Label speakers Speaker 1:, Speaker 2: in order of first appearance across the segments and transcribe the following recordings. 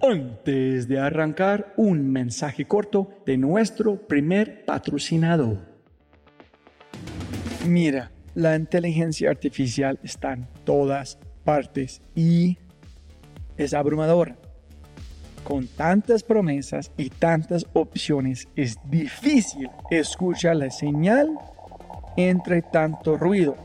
Speaker 1: Antes de arrancar, un mensaje corto de nuestro primer patrocinador. Mira, la inteligencia artificial está en todas partes y es abrumadora. Con tantas promesas y tantas opciones, es difícil escuchar la señal entre tanto ruido.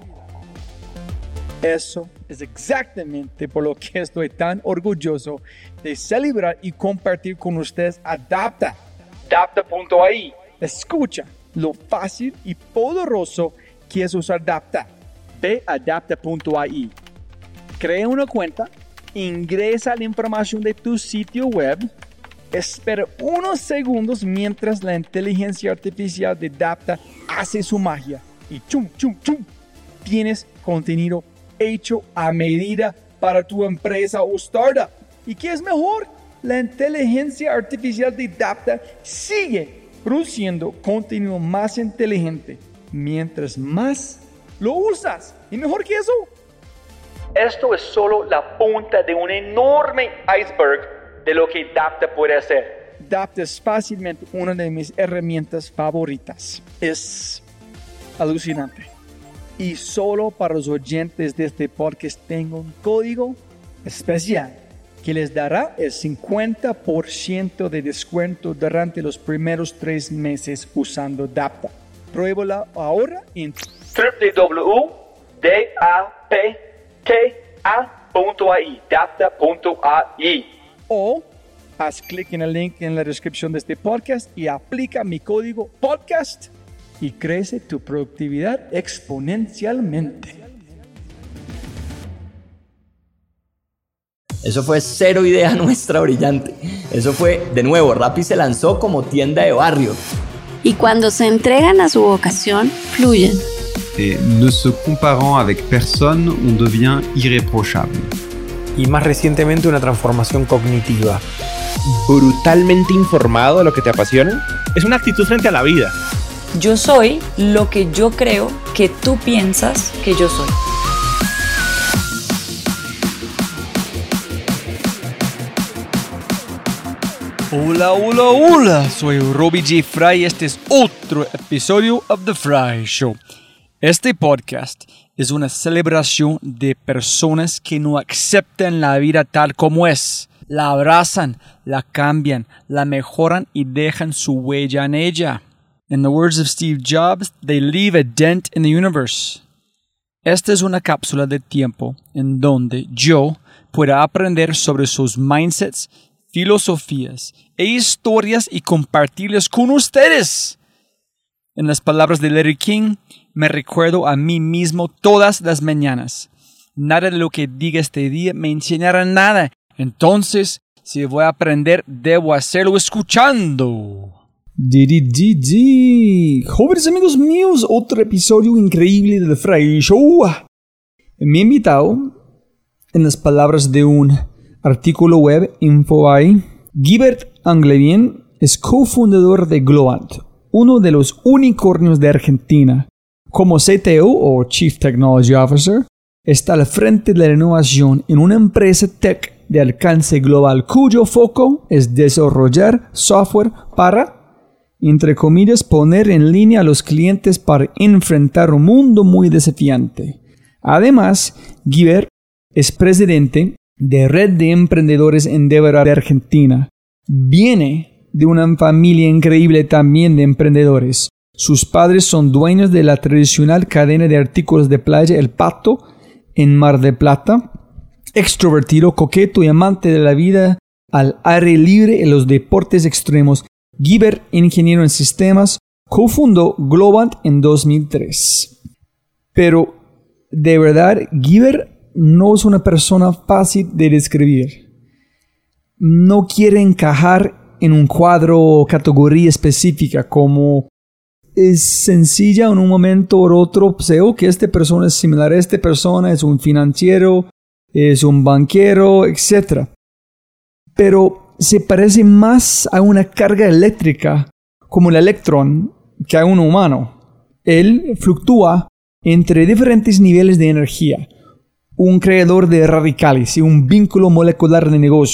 Speaker 1: Eso es exactamente por lo que estoy tan orgulloso de celebrar y compartir con ustedes Adapta. Adapta.ai. Escucha lo fácil y poderoso que es usar Adapta. Ve a Adapta.ai. Crea una cuenta, ingresa la información de tu sitio web, espera unos segundos mientras la inteligencia artificial de Adapta hace su magia y chum, tienes contenido hecho a medida para tu empresa o startup. ¿Y qué es mejor? La inteligencia artificial de Adapta sigue produciendo contenido más inteligente mientras más lo usas. ¿Y mejor que eso? Esto es solo la punta de un enorme iceberg de lo que Adapta puede hacer. Adapta es fácilmente una de mis herramientas favoritas. Es alucinante. Y solo para los oyentes de este podcast tengo un código especial que les dará el 50% de descuento durante los primeros 3 meses usando Adapta. Pruébala ahora en www.adapta.ai, Adapta.ai. O haz clic en el link en la descripción de este podcast y aplica mi código podcast y crece tu productividad exponencialmente.
Speaker 2: Eso fue cero idea nuestra brillante. Eso fue, de nuevo, Rappi se lanzó como tienda de barrio.
Speaker 3: Y cuando se entregan a su vocación, fluyen.
Speaker 4: Et ne se comparant avec personne, on devient irréprochable.
Speaker 5: Y más recientemente una transformación cognitiva.
Speaker 6: Brutalmente informado de lo que te apasiona. Es una actitud frente a la vida.
Speaker 7: Yo soy lo que yo creo que tú piensas que yo soy.
Speaker 1: Hola, soy Robbie J. Fry y este es otro episodio of The Fry Show. Este podcast es una celebración de personas que no aceptan la vida tal como es. La abrazan, la cambian, la mejoran y dejan su huella en ella. In the words of Steve Jobs, they leave a dent in the universe. Esta es una cápsula de tiempo en donde yo pueda aprender sobre sus mindsets, filosofías e historias y compartirlas con ustedes. En las palabras de Larry King, me recuerdo a mí mismo todas las mañanas. Nada de lo que diga este día me enseñará nada. Entonces, si voy a aprender, debo hacerlo escuchando. Jóvenes amigos míos, otro episodio increíble de The Fry Show. Mi invitado, en las palabras de un artículo web InfoAI, Guibert Anglevin es cofundador de Globant, uno de los unicornios de Argentina. Como CTO o Chief Technology Officer, está al frente de la innovación en una empresa tech de alcance global cuyo foco es desarrollar software para, entre comillas, poner en línea a los clientes para enfrentar un mundo muy desafiante. Además, Guibert es presidente de Red de Emprendedores Endeavor de Argentina. Viene de una familia increíble también de emprendedores. Sus padres son dueños de la tradicional cadena de artículos de playa El Pato en Mar del Plata. Extrovertido, coqueto y amante de la vida al aire libre en los deportes extremos, Guibert, ingeniero en sistemas, cofundó Globant en 2003. Pero, de verdad, Guibert no es una persona fácil de describir. No quiere encajar en un cuadro o categoría específica como es sencilla en un momento u otro. Sé que esta persona es similar a esta persona, es un financiero, es un banquero, etc. Pero se parece más a una carga eléctrica como el electrón que a un humano. Él fluctúa entre diferentes niveles de energía. Un creador de radicales y un vínculo molecular de negocios.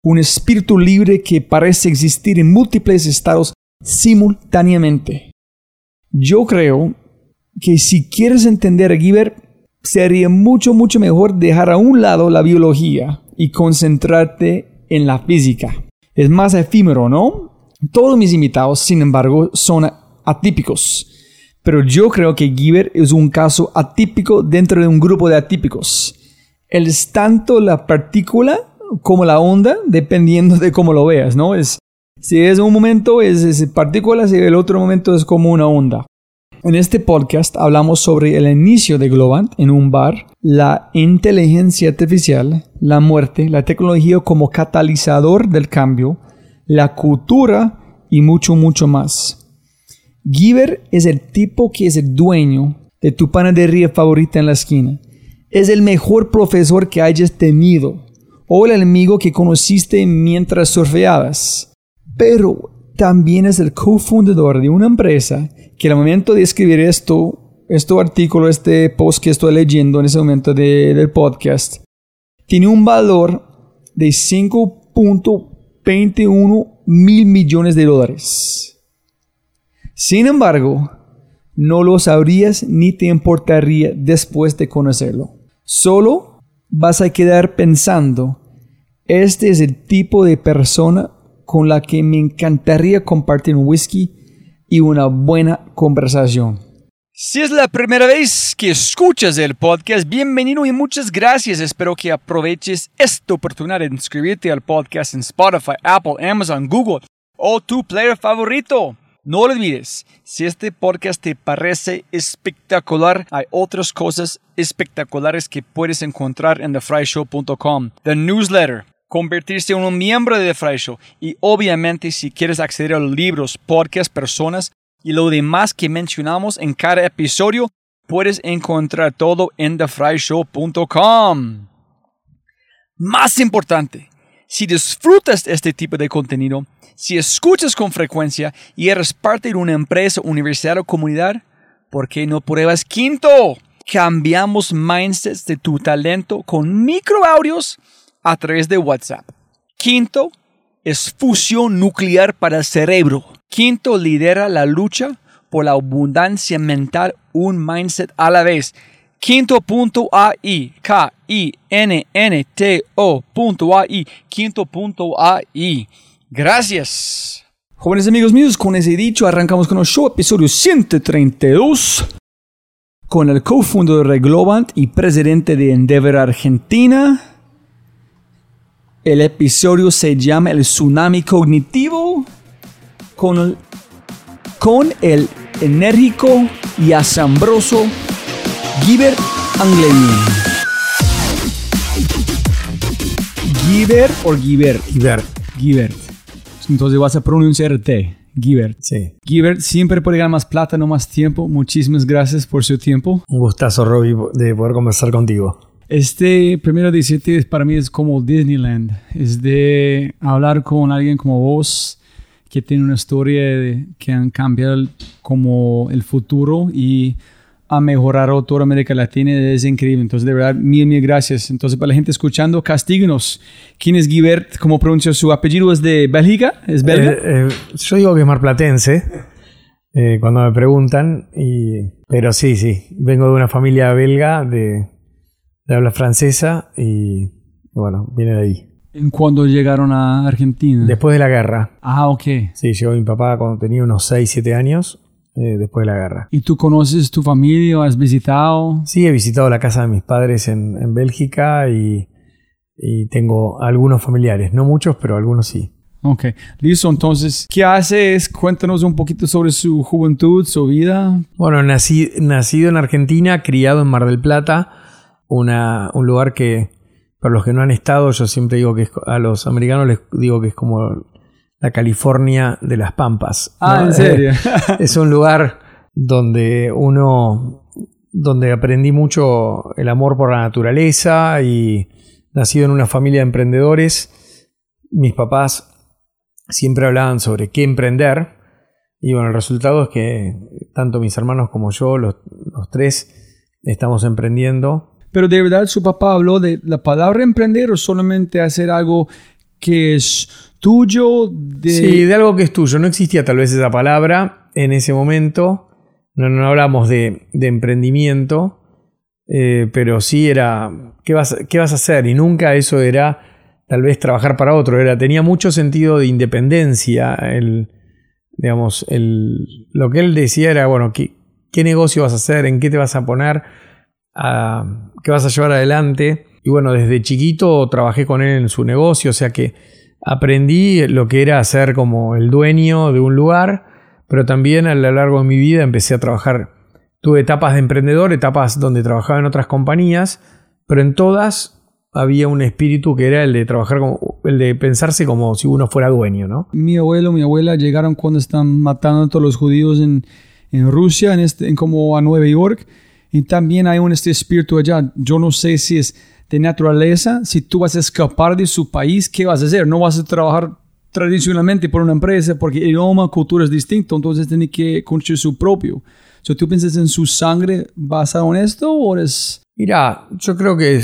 Speaker 1: un espíritu libre que parece existir en múltiples estados simultáneamente. Yo creo que si quieres entender a Guibert, sería mucho mejor dejar a un lado la biología y concentrarte en la física. Es más efímero, ¿no? Todos mis invitados, sin embargo, son atípicos. Pero yo creo que Guibert es un caso atípico dentro de un grupo de atípicos. Él es tanto la partícula como la onda, dependiendo de cómo lo veas, ¿no? Si es un momento es partícula, si el otro momento es como una onda. En este podcast hablamos sobre el inicio de Globant en un bar, la inteligencia artificial, la muerte, la tecnología como catalizador del cambio, la cultura y mucho más. Guibert es el tipo que es el dueño de tu panadería favorita en la esquina. Es el mejor profesor que hayas tenido o el amigo que conociste mientras surfeabas. Pero también es el cofundador de una empresa que al momento de escribir este artículo, este post que estoy leyendo en ese momento del podcast, tiene un valor de $5.21 mil millones. Sin embargo, no lo sabrías ni te importaría después de conocerlo. Solo vas a quedar pensando, este es el tipo de persona con la que me encantaría compartir un whisky y una buena conversación. Si es la primera vez que escuchas el podcast, bienvenido y muchas gracias. Espero que aproveches esta oportunidad de inscribirte al podcast en Spotify, Apple, Amazon, Google o tu player favorito. No lo olvides, si este podcast te parece espectacular, hay otras cosas espectaculares que puedes encontrar en thefryshow.com. The newsletter, convertirse en un miembro de The Fry Show y obviamente si quieres acceder a los libros, podcasts, personas y lo demás que mencionamos en cada episodio, puedes encontrar todo en thefryshow.com. Más importante, si disfrutas este tipo de contenido, si escuchas con frecuencia y eres parte de una empresa, universidad o comunidad, ¿por qué no pruebas Quinto? Cambiamos mindsets de tu talento con microaudios a través de WhatsApp. Quinto es fusión nuclear para el cerebro. Quinto lidera la lucha por la abundancia mental, un mindset a la vez. Quinto.ai, Kinnto.ai, Quinto.ai. Gracias. Jóvenes amigos míos, con ese dicho arrancamos con el show, episodio 132, con el cofundador de Globant y presidente de Endeavor Argentina. El episodio se llama El Tsunami Cognitivo, con el enérgico y asombroso Guibert Anglelian. ¿Guibert o Guibert? Guibert. Entonces vas a pronunciarte Guibert.
Speaker 5: Sí.
Speaker 1: Guibert, siempre puede ganar más plata, no más tiempo. Muchísimas gracias por su tiempo.
Speaker 5: Un gustazo, Robbie, de poder conversar contigo.
Speaker 1: Primero 17 para mí es como Disneyland. Es de hablar con alguien como vos que tiene una historia que han cambiado como el futuro y ha mejorado toda América Latina. Es increíble. Entonces, de verdad, mil gracias. Entonces, para la gente escuchando, castíguenos. ¿Quién es Guibert? ¿Cómo pronuncia su apellido? ¿Es de Bélgica? ¿Es belga?
Speaker 5: Yo digo que es marplatense. Cuando me preguntan. Pero sí. Vengo de una familia belga de habla francesa y bueno, viene de ahí.
Speaker 1: ¿En cuándo llegaron a Argentina?
Speaker 5: Después de la guerra.
Speaker 1: Ah, ok.
Speaker 5: Sí, llegó mi papá cuando tenía unos 6, 7 años, después de la guerra.
Speaker 1: ¿Y tú conoces tu familia? ¿Has visitado?
Speaker 5: Sí, he visitado la casa de mis padres en Bélgica y tengo algunos familiares. No muchos, pero algunos sí.
Speaker 1: Ok, listo. Entonces, ¿qué haces? Cuéntanos un poquito sobre su juventud, su vida.
Speaker 5: Bueno, nacido en Argentina, criado en Mar del Plata, un lugar que, para los que no han estado, yo siempre digo que a los americanos les digo que es como la California de las Pampas, ¿no?
Speaker 1: Ah, ¿en serio?
Speaker 5: Es un lugar donde aprendí mucho el amor por la naturaleza y nacido en una familia de emprendedores. Mis papás siempre hablaban sobre qué emprender y bueno, el resultado es que tanto mis hermanos como yo, los tres, estamos emprendiendo.
Speaker 1: Pero de verdad, ¿su papá habló de la palabra emprender o solamente hacer algo que es tuyo.
Speaker 5: Sí, de algo que es tuyo. No existía tal vez esa palabra en ese momento. No hablamos de emprendimiento, pero sí era ¿qué vas a hacer? Y nunca eso era tal vez trabajar para otro. Tenía mucho sentido de independencia. Lo que él decía era, bueno, ¿qué negocio vas a hacer? ¿En qué te vas a poner? ¿Qué vas a llevar adelante? Y bueno, desde chiquito trabajé con él en su negocio, o sea que aprendí lo que era ser como el dueño de un lugar, pero también a lo largo de mi vida empecé a trabajar. Tuve etapas de emprendedor, etapas donde trabajaba en otras compañías, pero en todas había un espíritu que era el de trabajar el de pensarse como si uno fuera dueño, ¿no?
Speaker 1: Mi abuelo, mi abuela llegaron cuando están matando a todos los judíos en Rusia, en como a Nueva York, y también hay este espíritu allá. Yo no sé si es de naturaleza. Si tú vas a escapar de su país, ¿qué vas a hacer? No vas a trabajar tradicionalmente por una empresa porque el idioma, cultura es distinto, entonces tiene que construir su propio. ¿Tú piensas en su sangre basado en esto o es...?
Speaker 5: Mira, yo creo que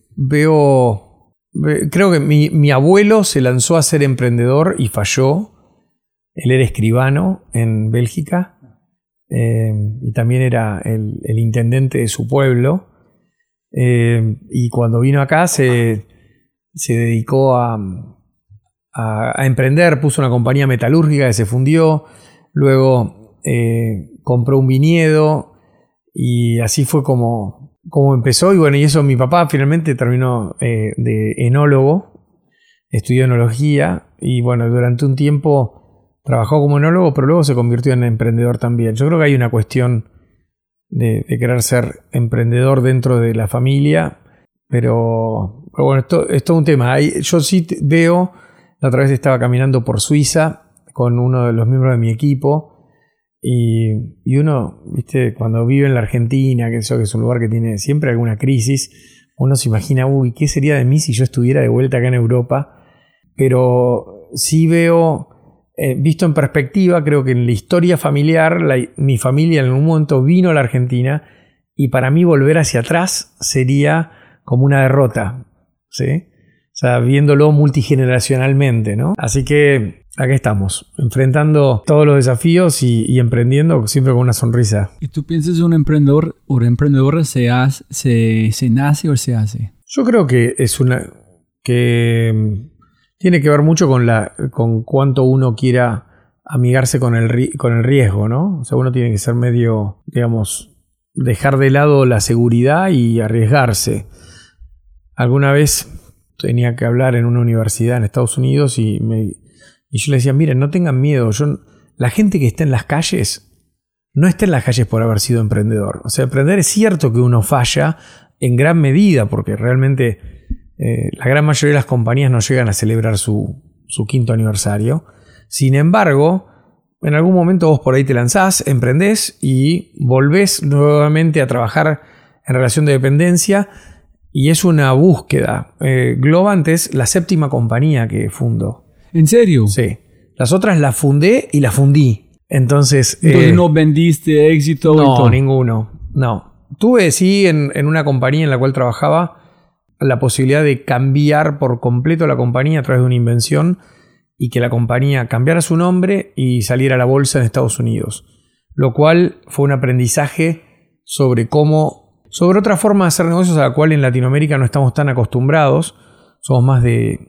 Speaker 5: creo que mi abuelo se lanzó a ser emprendedor y falló. Él era escribano en Bélgica y también era el intendente de su pueblo. Y cuando vino acá se dedicó a emprender, puso una compañía metalúrgica que se fundió, luego compró un viñedo y así fue como empezó. Y bueno, y eso mi papá finalmente terminó de enólogo, estudió enología y bueno, durante un tiempo trabajó como enólogo, pero luego se convirtió en emprendedor también. Yo creo que hay una cuestión de querer ser emprendedor dentro de la familia, pero bueno, esto es todo un tema. Yo sí veo, la otra vez estaba caminando por Suiza con uno de los miembros de mi equipo y uno, viste, cuando vive en la Argentina, que es un lugar que tiene siempre alguna crisis, uno se imagina, uy, ¿qué sería de mí si yo estuviera de vuelta acá en Europa? Pero sí veo... visto en perspectiva, creo que en la historia familiar, mi familia en algún momento vino a la Argentina y para mí volver hacia atrás sería como una derrota, ¿sí? O sea, viéndolo multigeneracionalmente, ¿no? Así que acá estamos, enfrentando todos los desafíos y emprendiendo siempre con una sonrisa.
Speaker 1: ¿Y tú piensas un emprendedor o una emprendedora se nace o se hace?
Speaker 5: Yo creo que tiene que ver mucho con cuánto uno quiera amigarse con el riesgo, ¿no? O sea, uno tiene que ser medio, digamos, dejar de lado la seguridad y arriesgarse. Alguna vez tenía que hablar en una universidad en Estados Unidos y yo le decía, miren, no tengan miedo. La gente que está en las calles no está en las calles por haber sido emprendedor. O sea, emprender es cierto que uno falla en gran medida porque realmente... la gran mayoría de las compañías no llegan a celebrar su 5º aniversario. Sin embargo, en algún momento vos por ahí te lanzás, emprendés y volvés nuevamente a trabajar en relación de dependencia y es una búsqueda. Globant es la 7ª compañía que fundo.
Speaker 1: ¿En serio?
Speaker 5: Sí. Las otras las fundé y las fundí. Entonces
Speaker 1: no vendiste éxito.
Speaker 5: No, ninguno. No. Tuve sí en una compañía en la cual trabajaba la posibilidad de cambiar por completo la compañía a través de una invención y que la compañía cambiara su nombre y saliera a la bolsa en Estados Unidos. Lo cual fue un aprendizaje sobre otra forma de hacer negocios a la cual en Latinoamérica no estamos tan acostumbrados. Somos más de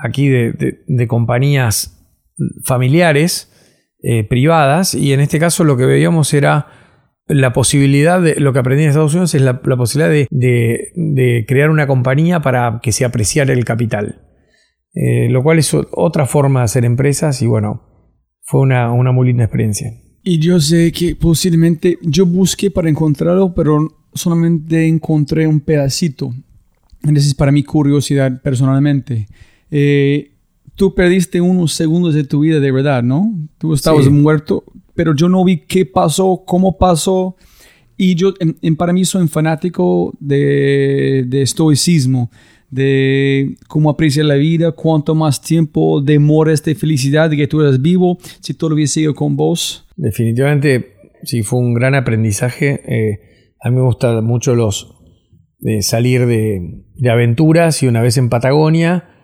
Speaker 5: compañías familiares, privadas, y en este caso lo que veíamos era la posibilidad de, lo que aprendí en Estados Unidos es la posibilidad de crear una compañía para que se apreciara el capital. Lo cual es otra forma de hacer empresas y bueno, fue una muy linda experiencia.
Speaker 1: Y yo sé que posiblemente yo busqué para encontrarlo, pero solamente encontré un pedacito. Esa es para mi curiosidad personalmente. Tú perdiste unos segundos de tu vida de verdad, ¿no? Tú estabas muerto, pero yo no vi qué pasó, cómo pasó. Y yo, para mí, soy un fanático de estoicismo, de cómo apreciar la vida, cuánto más tiempo demora esta felicidad de que tú eres vivo, si todo hubiese sido con vos.
Speaker 5: Definitivamente, sí, fue un gran aprendizaje. A mí me gustan mucho salir de aventuras y una vez en Patagonia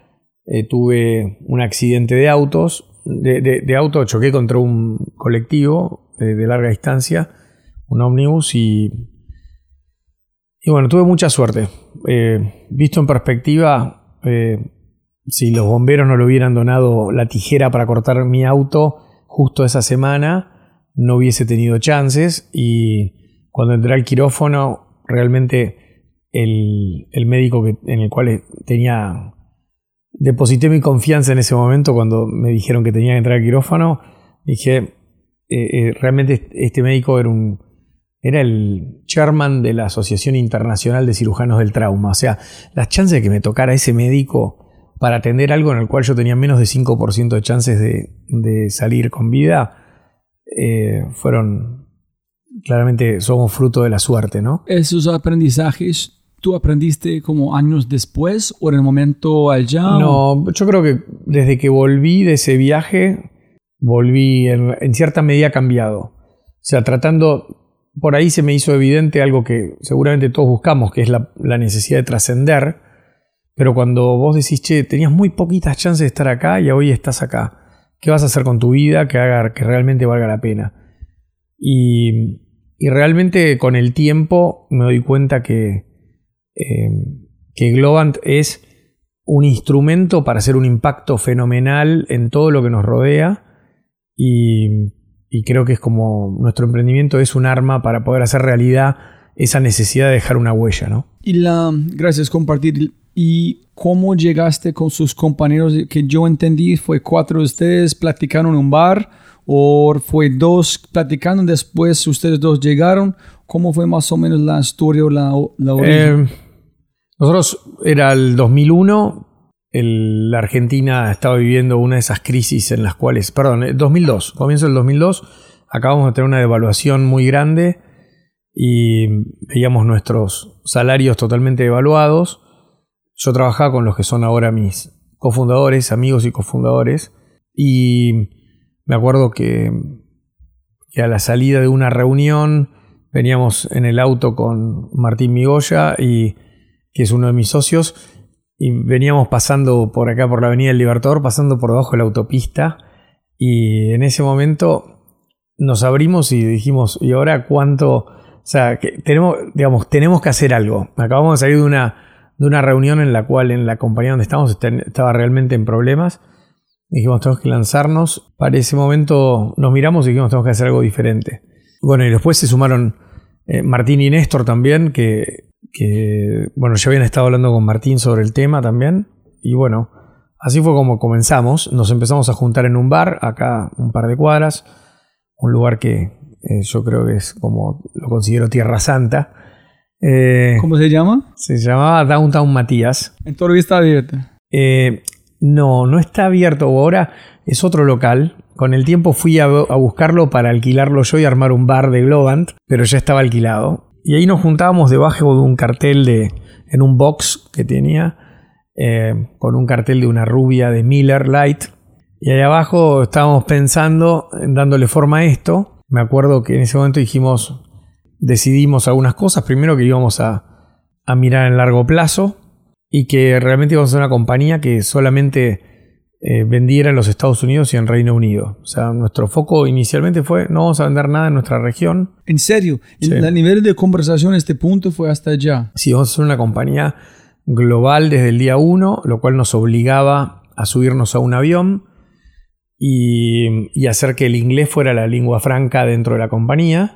Speaker 5: tuve un accidente de autos, de auto, choqué contra un colectivo de larga distancia, un ómnibus, y bueno, tuve mucha suerte. Visto en perspectiva, si los bomberos no le hubieran donado la tijera para cortar mi auto justo esa semana, no hubiese tenido chances, y cuando entré al quirófano, realmente el médico en el cual deposité mi confianza en ese momento, cuando me dijeron que tenía que entrar al quirófano, dije, realmente este médico era el chairman de la Asociación Internacional de Cirujanos del Trauma. O sea, las chances de que me tocara ese médico para atender algo en el cual yo tenía menos de 5% de chances de salir con vida, fueron, claramente somos fruto de la suerte, ¿no?
Speaker 1: ¿Esos aprendizajes tú aprendiste como años después o en el momento allá?
Speaker 5: No, yo creo que desde que volví de ese viaje, volví en cierta medida cambiado. O sea, por ahí se me hizo evidente algo que seguramente todos buscamos, que es la necesidad de trascender. Pero cuando vos decís, che, tenías muy poquitas chances de estar acá y hoy estás acá, ¿qué vas a hacer con tu vida que haga que realmente valga la pena? Y realmente con el tiempo me doy cuenta que Globant es un instrumento para hacer un impacto fenomenal en todo lo que nos rodea, y creo que es como nuestro emprendimiento es un arma para poder hacer realidad esa necesidad de dejar una huella, ¿no?
Speaker 1: Gracias por compartir. ¿Y cómo llegaste con sus compañeros? Que yo entendí, ¿fue 4 de ustedes platicaron en un bar? ¿O fue 2 platicando, después ustedes 2 llegaron? ¿Cómo fue más o menos la historia o la origen?
Speaker 5: Nosotros, era el 2001, la Argentina estaba viviendo una de esas crisis en las cuales, 2002, comienzo del 2002, acabamos de tener una devaluación muy grande y veíamos nuestros salarios totalmente devaluados. Yo trabajaba con los que son ahora mis cofundadores, amigos y cofundadores, y me acuerdo que a la salida de una reunión veníamos en el auto con Martín Migoya, que es uno de mis socios, y veníamos pasando por acá por la Avenida del Libertador, pasando por debajo de la autopista, y en ese momento nos abrimos y dijimos, ¿y ahora cuánto? O sea, que tenemos que hacer algo. Acabamos de salir de una reunión en la cual en la compañía donde estábamos estaba realmente en problemas. Dijimos, tenemos que lanzarnos. Para ese momento nos miramos y dijimos, tenemos que hacer algo diferente. Bueno, y después se sumaron Martín y Néstor también, que bueno, ya habían estado hablando con Martín sobre el tema también. Y bueno, así fue como comenzamos. Nos empezamos a juntar en un bar, acá un par de cuadras. Un lugar que yo creo que es como, lo considero Tierra Santa.
Speaker 1: ¿Cómo se llama?
Speaker 5: Se llamaba Downtown Matías.
Speaker 1: ¿En todavía está abierto?
Speaker 5: No está abierto ahora. Es otro local. Con el tiempo fui a buscarlo para alquilarlo yo y armar un bar de Globant, pero ya estaba alquilado. Y ahí nos juntábamos debajo de un cartel en un box que tenía, con un cartel de una rubia de Miller Lite. Y ahí abajo estábamos pensando en dándole forma a esto. Me acuerdo que en ese momento decidimos algunas cosas. Primero, que íbamos a mirar en largo plazo y que realmente íbamos a ser una compañía que solamente vendiera en los Estados Unidos y en Reino Unido. O sea, nuestro foco inicialmente fue, no vamos a vender nada en nuestra región.
Speaker 1: ¿En serio? Sí. ¿El nivel de conversación en este punto fue hasta allá?
Speaker 5: Sí, vamos a ser una compañía global desde el día 1, lo cual nos obligaba a subirnos a un avión y hacer que el inglés fuera la lengua franca dentro de la compañía.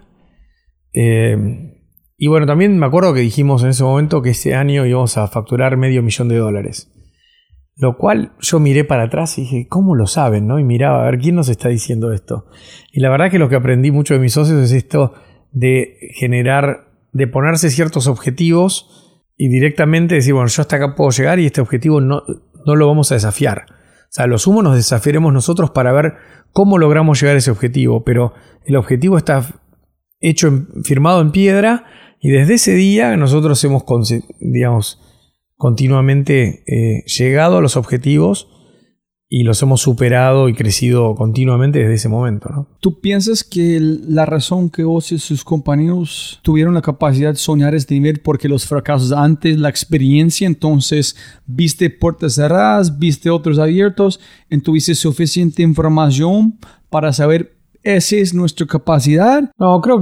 Speaker 5: Y bueno, también me acuerdo que dijimos en ese momento que ese año íbamos a facturar $500,000. Lo cual yo miré para atrás y dije, ¿cómo lo saben? ¿No? Y miraba a ver quién nos está diciendo esto. Y la verdad que lo que aprendí mucho de mis socios es esto de de ponerse ciertos objetivos y directamente decir, bueno, yo hasta acá puedo llegar y este objetivo no lo vamos a desafiar. O sea, a lo sumo nos desafiaremos nosotros para ver cómo logramos llegar a ese objetivo, pero el objetivo está firmado en piedra, y desde ese día nosotros hemos, continuamente llegado a los objetivos y los hemos superado y crecido continuamente desde ese momento, ¿no?
Speaker 1: ¿Tú piensas que la razón que vos y sus compañeros tuvieron la capacidad de soñar este nivel porque los fracasos antes, la experiencia, entonces viste puertas cerradas, viste otros abiertos, entonces tuviste suficiente información para saber esa es nuestra capacidad?
Speaker 5: No, creo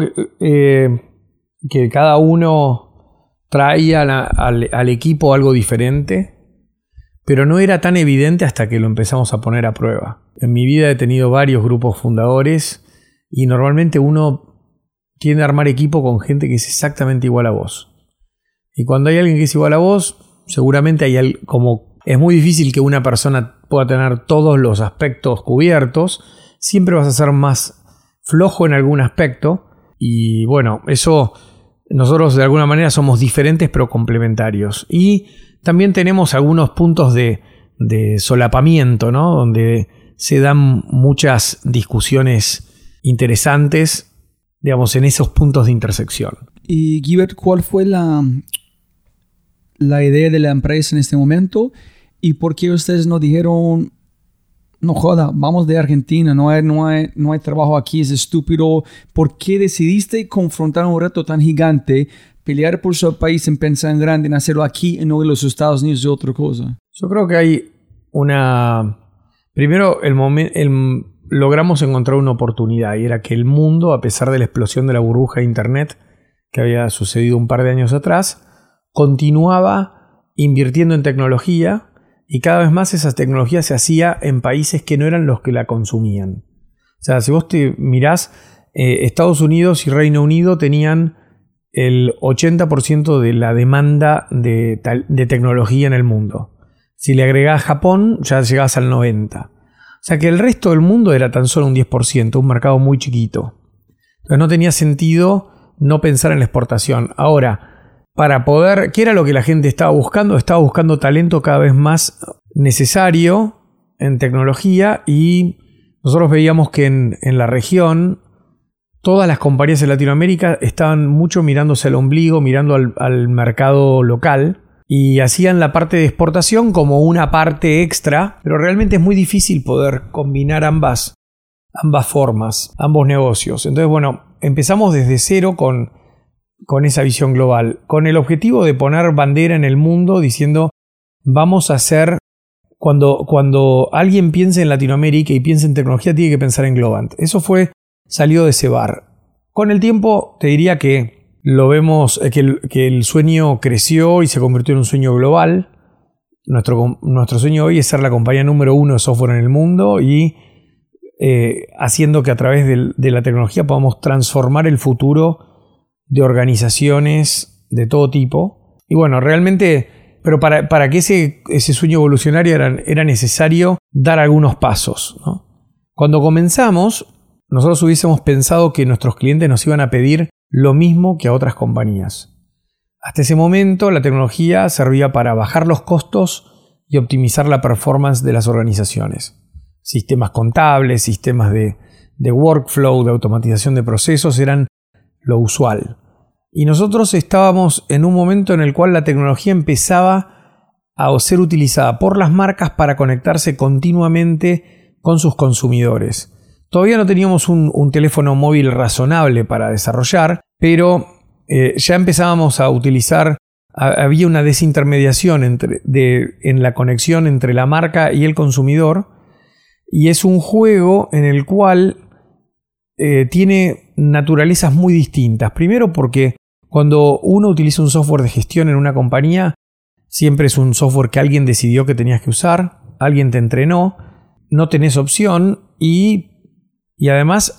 Speaker 5: que cada uno traía al equipo algo diferente, pero no era tan evidente hasta que lo empezamos a poner a prueba. En mi vida he tenido varios grupos fundadores y normalmente uno tiende a armar equipo con gente que es exactamente igual a vos. Y cuando hay alguien que es igual a vos, seguramente como es muy difícil que una persona pueda tener todos los aspectos cubiertos, siempre vas a ser más flojo en algún aspecto. Y bueno, eso nosotros de alguna manera somos diferentes pero complementarios. Y también tenemos algunos puntos de solapamiento, ¿no? Donde se dan muchas discusiones interesantes, digamos, en esos puntos de intersección.
Speaker 1: Y Guibert, ¿cuál fue la idea de la empresa en este momento? ¿Y por qué ustedes no dijeron, no joda, vamos de Argentina, no hay trabajo aquí, es estúpido? ¿Por qué decidiste confrontar un reto tan gigante, pelear por su país en pensar en grande, en hacerlo aquí y no en los Estados Unidos y otra cosa?
Speaker 5: Yo creo que hay primero, logramos encontrar una oportunidad, y era que el mundo, a pesar de la explosión de la burbuja de Internet que había sucedido un par de años atrás, continuaba invirtiendo en tecnología, y cada vez más esa tecnología se hacía en países que no eran los que la consumían. O sea, si vos te mirás, Estados Unidos y Reino Unido tenían el 80% de la demanda de tecnología en el mundo. Si le agregás Japón, ya llegás al 90%. O sea que el resto del mundo era tan solo un 10%, un mercado muy chiquito. Entonces no tenía sentido no pensar en la exportación. Ahora, ¿qué era lo que la gente estaba buscando? Estaba buscando talento cada vez más necesario en tecnología, y nosotros veíamos que en la región todas las compañías de Latinoamérica estaban mucho mirándose al ombligo, mirando al mercado local, y hacían la parte de exportación como una parte extra, pero realmente es muy difícil poder combinar ambas formas, ambos negocios. Entonces, bueno, empezamos desde cero con esa visión global, con el objetivo de poner bandera en el mundo diciendo, vamos a hacer, cuando alguien piense en Latinoamérica y piense en tecnología, tiene que pensar en Globant. Eso salió de ese bar. Con el tiempo te diría que lo vemos, que el sueño creció y se convirtió en un sueño global. Nuestro sueño hoy es ser la compañía número 1 de software en el mundo, y haciendo que a través de la tecnología podamos transformar el futuro de organizaciones de todo tipo. Y bueno, realmente, pero para que ese sueño evolucionario era necesario dar algunos pasos, ¿no? Cuando comenzamos, nosotros hubiésemos pensado que nuestros clientes nos iban a pedir lo mismo que a otras compañías. Hasta ese momento, la tecnología servía para bajar los costos y optimizar la performance de las organizaciones. Sistemas contables, sistemas de workflow, de automatización de procesos eran lo usual. Y nosotros estábamos en un momento en el cual la tecnología empezaba a ser utilizada por las marcas para conectarse continuamente con sus consumidores. Todavía no teníamos un teléfono móvil razonable para desarrollar, pero ya empezábamos a utilizar, había una desintermediación en la conexión entre la marca y el consumidor, y es un juego en el cual tiene naturalezas muy distintas. Primero porque cuando uno utiliza un software de gestión en una compañía, siempre es un software que alguien decidió que tenías que usar, alguien te entrenó, no tenés opción, y además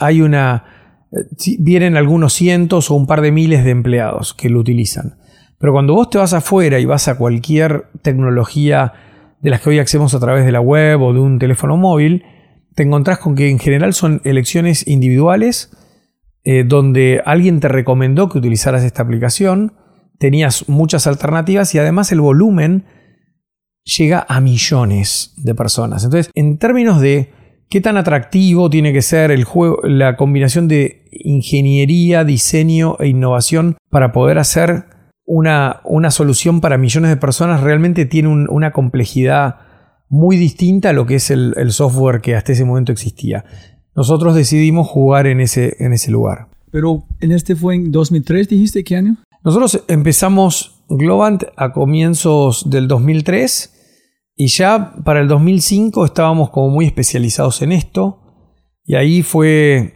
Speaker 5: vienen algunos cientos o un par de miles de empleados que lo utilizan. Pero cuando vos te vas afuera y vas a cualquier tecnología de las que hoy accedemos a través de la web o de un teléfono móvil, te encontrás con que en general son elecciones individuales, donde alguien te recomendó que utilizaras esta aplicación, tenías muchas alternativas y además el volumen llega a millones de personas. Entonces, en términos de qué tan atractivo tiene que ser el juego, la combinación de ingeniería, diseño e innovación para poder hacer una solución para millones de personas, realmente tiene una complejidad muy distinta a lo que es el software que hasta ese momento existía. Nosotros decidimos jugar en ese lugar.
Speaker 1: Pero fue en 2003, ¿dijiste qué año?
Speaker 5: Nosotros empezamos Globant a comienzos del 2003 y ya para el 2005 estábamos como muy especializados en esto, y ahí fue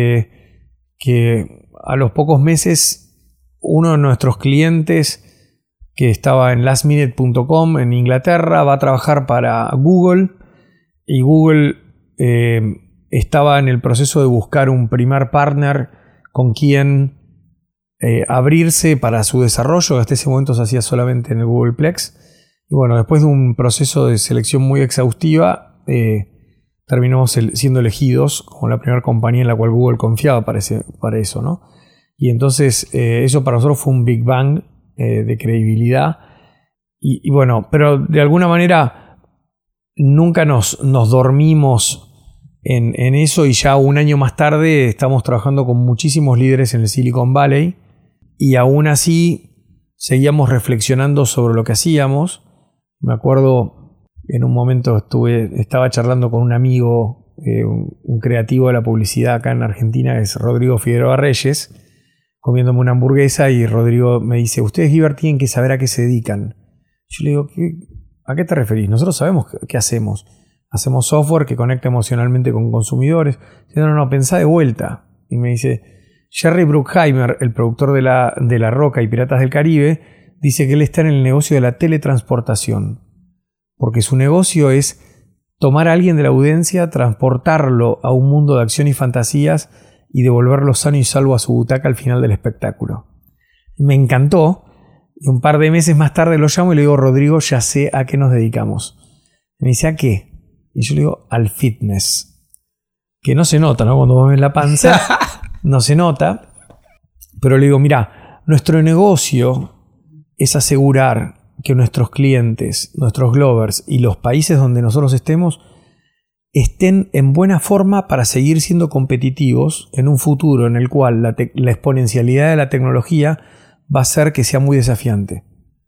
Speaker 5: que a los pocos meses uno de nuestros clientes, que estaba en lastminute.com en Inglaterra, va a trabajar para Google, y Google estaba en el proceso de buscar un primer partner con quien abrirse para su desarrollo, que hasta ese momento se hacía solamente en el Googleplex. Y bueno, después de un proceso de selección muy exhaustiva, terminamos siendo elegidos como la primera compañía en la cual Google confiaba para eso, ¿no? Y entonces eso para nosotros fue un Big Bang de credibilidad. Y bueno, pero de alguna manera nunca nos dormimos en eso, y ya un año más tarde estamos trabajando con muchísimos líderes en el Silicon Valley, y aún así seguíamos reflexionando sobre lo que hacíamos. Me acuerdo, en un momento estaba charlando con un amigo, un creativo de la publicidad acá en Argentina, que es Rodrigo Figueroa Reyes, comiéndome una hamburguesa, y Rodrigo me dice: ustedes, Giver, tienen que saber a qué se dedican. Yo le digo: ¿a qué te referís? Nosotros sabemos qué hacemos. Hacemos software que conecta emocionalmente con consumidores. No, pensá de vuelta. Y me dice: Jerry Bruckheimer, el productor de La Roca y Piratas del Caribe, dice que él está en el negocio de la teletransportación, porque su negocio es tomar a alguien de la audiencia, transportarlo a un mundo de acción y fantasías y devolverlo sano y salvo a su butaca al final del espectáculo. Y me encantó, y un par de meses más tarde lo llamo y le digo: Rodrigo, ya sé a qué nos dedicamos. Y me dice: ¿a qué? Y yo le digo: al fitness. Que no se nota, ¿no? Cuando vos ves la panza, no se nota. Pero le digo: mira, nuestro negocio es asegurar que nuestros clientes, nuestros Glovers y los países donde nosotros estemos estén en buena forma para seguir siendo competitivos en un futuro en el cual la exponencialidad de la tecnología va a hacer que sea muy desafiante.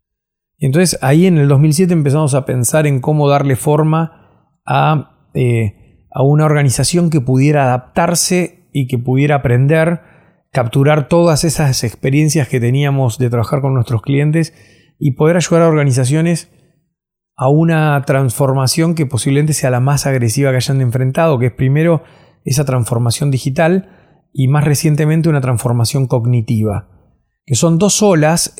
Speaker 5: Y entonces ahí en el 2007 empezamos a pensar en cómo darle forma a una organización que pudiera adaptarse y que pudiera aprender, capturar todas esas experiencias que teníamos de trabajar con nuestros clientes y poder ayudar a organizaciones a una transformación que posiblemente sea la más agresiva que hayan enfrentado, que es primero esa transformación digital y más recientemente una transformación cognitiva, que son dos olas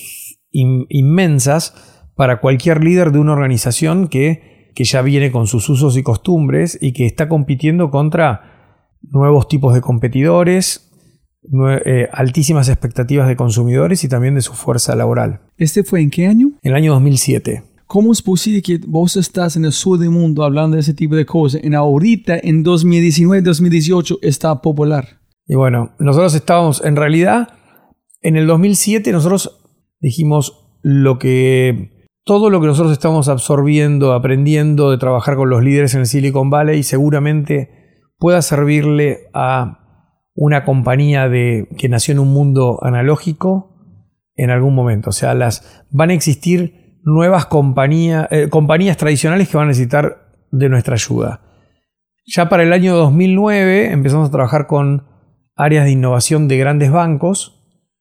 Speaker 5: inmensas para cualquier líder de una organización que ya viene con sus usos y costumbres y que está compitiendo contra nuevos tipos de competidores, altísimas expectativas de consumidores y también de su fuerza laboral.
Speaker 1: ¿Fue en qué año?
Speaker 5: En el año 2007.
Speaker 1: ¿Cómo es posible que vos estás en el sur del mundo hablando de ese tipo de cosas y ahorita en 2019, 2018 está popular?
Speaker 5: Y bueno, nosotros estábamos, en realidad, en el 2007 nosotros dijimos todo lo que nosotros estamos absorbiendo, aprendiendo de trabajar con los líderes en el Silicon Valley seguramente pueda servirle a una compañía que nació en un mundo analógico en algún momento. O sea, van a existir nuevas compañías tradicionales que van a necesitar de nuestra ayuda. Ya para el año 2009 empezamos a trabajar con áreas de innovación de grandes bancos.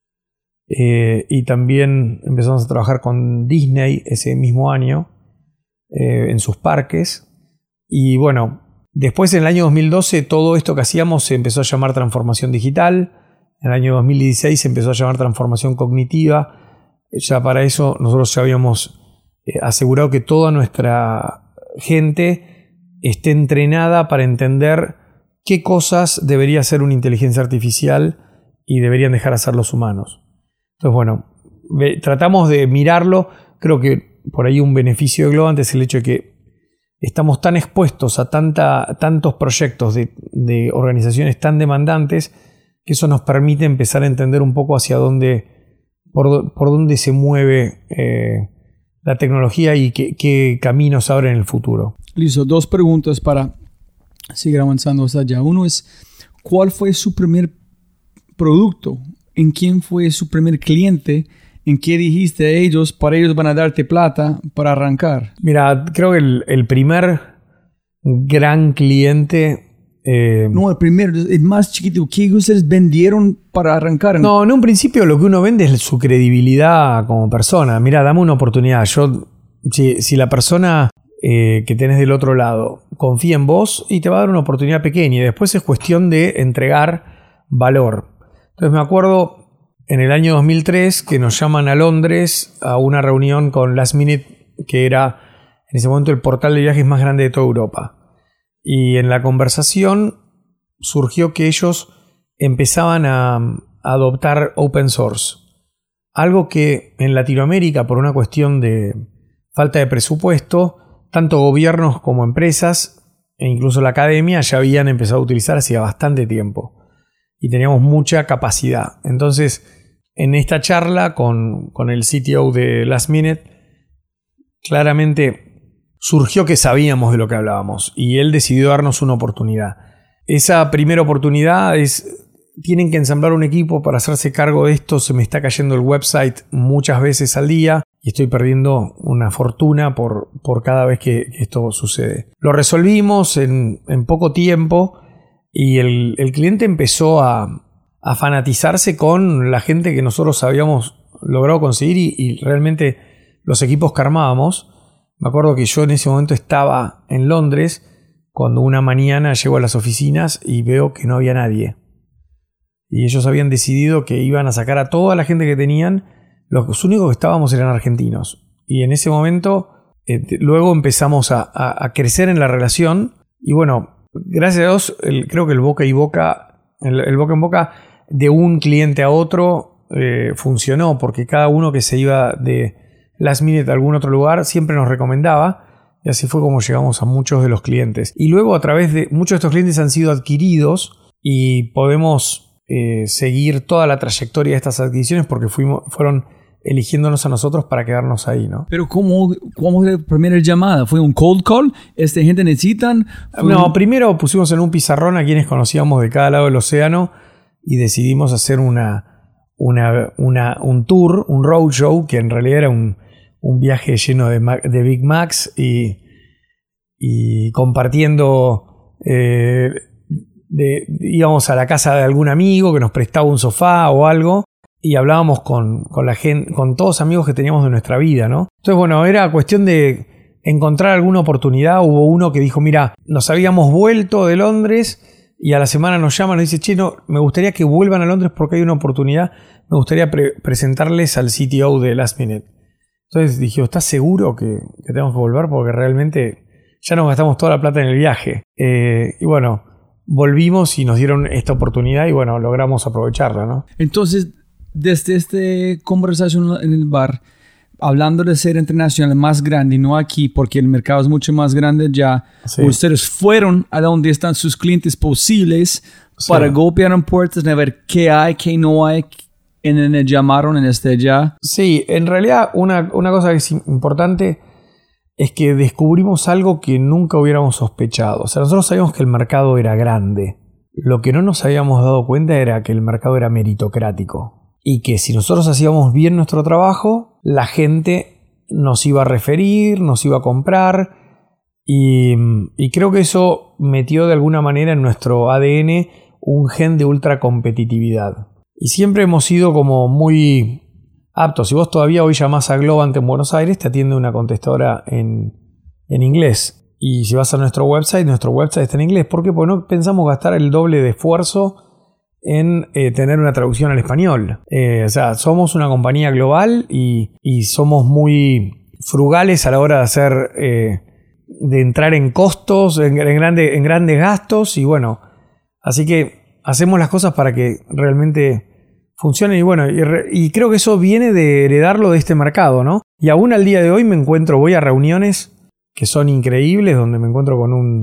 Speaker 5: Y también empezamos a trabajar con Disney ese mismo año en sus parques. Y bueno, después en el año 2012 todo esto que hacíamos se empezó a llamar transformación digital. En el año 2016 se empezó a llamar transformación cognitiva. Ya para eso nosotros ya habíamos asegurado que toda nuestra gente esté entrenada para entender qué cosas debería hacer una inteligencia artificial y deberían dejar hacer los humanos. Entonces, bueno, tratamos de mirarlo. Creo que por ahí un beneficio de Globant es el hecho de que estamos tan expuestos a tantos proyectos de organizaciones tan demandantes que eso nos permite empezar a entender un poco hacia por dónde se mueve la tecnología y qué caminos abren en el futuro.
Speaker 1: Listo, dos preguntas para seguir avanzando hasta allá. Uno es, ¿cuál fue su primer producto? ¿En quién fue su primer cliente? ¿En qué dijiste a ellos? Para ellos van a darte plata para arrancar.
Speaker 5: Mira, creo que el primer gran cliente...
Speaker 1: No, el primero, el más chiquito. ¿Qué ustedes vendieron para arrancar?
Speaker 5: No, en un principio lo que uno vende es su credibilidad como persona. Mira, dame una oportunidad. Si la persona que tenés del otro lado confía en vos y te va a dar una oportunidad pequeña y después es cuestión de entregar valor. Entonces me acuerdo en el año 2003 que nos llaman a Londres a una reunión con Last Minute, que era en ese momento el portal de viajes más grande de toda Europa. Y en la conversación surgió que ellos empezaban a adoptar open source. Algo que en Latinoamérica, por una cuestión de falta de presupuesto, tanto gobiernos como empresas e incluso la academia ya habían empezado a utilizar hacía bastante tiempo. Y teníamos mucha capacidad. Entonces, en esta charla con el CTO de Last Minute, claramente surgió que sabíamos de lo que hablábamos y él decidió darnos una oportunidad. Esa primera oportunidad tienen que ensamblar un equipo para hacerse cargo de esto, se me está cayendo el website muchas veces al día y estoy perdiendo una fortuna por cada vez que esto sucede. Lo resolvimos en poco tiempo y el cliente empezó a fanatizarse con la gente que nosotros habíamos logrado conseguir y realmente los equipos que armábamos. Me acuerdo que yo en ese momento estaba en Londres cuando una mañana llego a las oficinas y veo que no había nadie. Y ellos habían decidido que iban a sacar a toda la gente que tenían. Los únicos que estábamos eran argentinos. Y en ese momento luego empezamos a crecer en la relación. Y bueno, gracias a Dios, creo que el boca en boca de un cliente a otro funcionó. Porque cada uno que se iba de Last Minute a algún otro lugar siempre nos recomendaba y así fue como llegamos a muchos de los clientes. Y luego a través de muchos de estos clientes han sido adquiridos y podemos seguir toda la trayectoria de estas adquisiciones porque fueron eligiéndonos a nosotros para quedarnos ahí, ¿no?
Speaker 1: Pero ¿cómo fue la primera llamada? ¿Fue un cold call? ¿Gente necesitan?
Speaker 5: No, primero pusimos en un pizarrón a quienes conocíamos de cada lado del océano y decidimos hacer un tour, un roadshow, que en realidad era un viaje lleno de Big Macs y compartiendo, íbamos a la casa de algún amigo que nos prestaba un sofá o algo y hablábamos con la gente, con todos los amigos que teníamos de nuestra vida, ¿no? Entonces, bueno, era cuestión de encontrar alguna oportunidad. Hubo uno que dijo, mira, nos habíamos vuelto de Londres y a la semana nos llaman y nos dice, che, no, me gustaría que vuelvan a Londres porque hay una oportunidad, me gustaría presentarles al CTO de Last Minute. Entonces dije, ¿estás seguro que tenemos que volver? Porque realmente ya nos gastamos toda la plata en el viaje. Y bueno, volvimos y nos dieron esta oportunidad y bueno, logramos aprovecharla, ¿no?
Speaker 1: Entonces, desde esta conversación en el bar, hablando de ser internacional más grande, no aquí, porque el mercado es mucho más grande ya, sí. Ustedes fueron a donde están sus clientes posibles para golpear en puertas y ver qué hay, qué no hay. Llamaron en ya.
Speaker 5: Sí, en realidad una cosa que es importante es que descubrimos algo que nunca hubiéramos sospechado. O sea, nosotros sabíamos que el mercado era grande. Lo que no nos habíamos dado cuenta era que el mercado era meritocrático. Y que si nosotros hacíamos bien nuestro trabajo, la gente nos iba a referir, nos iba a comprar. Y creo que eso metió de alguna manera en nuestro ADN un gen de ultracompetitividad. Y siempre hemos sido como muy aptos. Si vos todavía hoy llamás a Globant en Buenos Aires, te atiende una contestadora en inglés. Y si vas a nuestro website está en inglés. ¿Por qué? Porque no pensamos gastar el doble de esfuerzo en tener una traducción al español. O sea, somos una compañía global y somos muy frugales a la hora de hacer, de entrar en costos, en grandes gastos. Y bueno, así que hacemos las cosas para que realmente funcionen y bueno, y creo que eso viene de heredarlo de este mercado, ¿no? Y aún al día de hoy voy a reuniones que son increíbles, donde me encuentro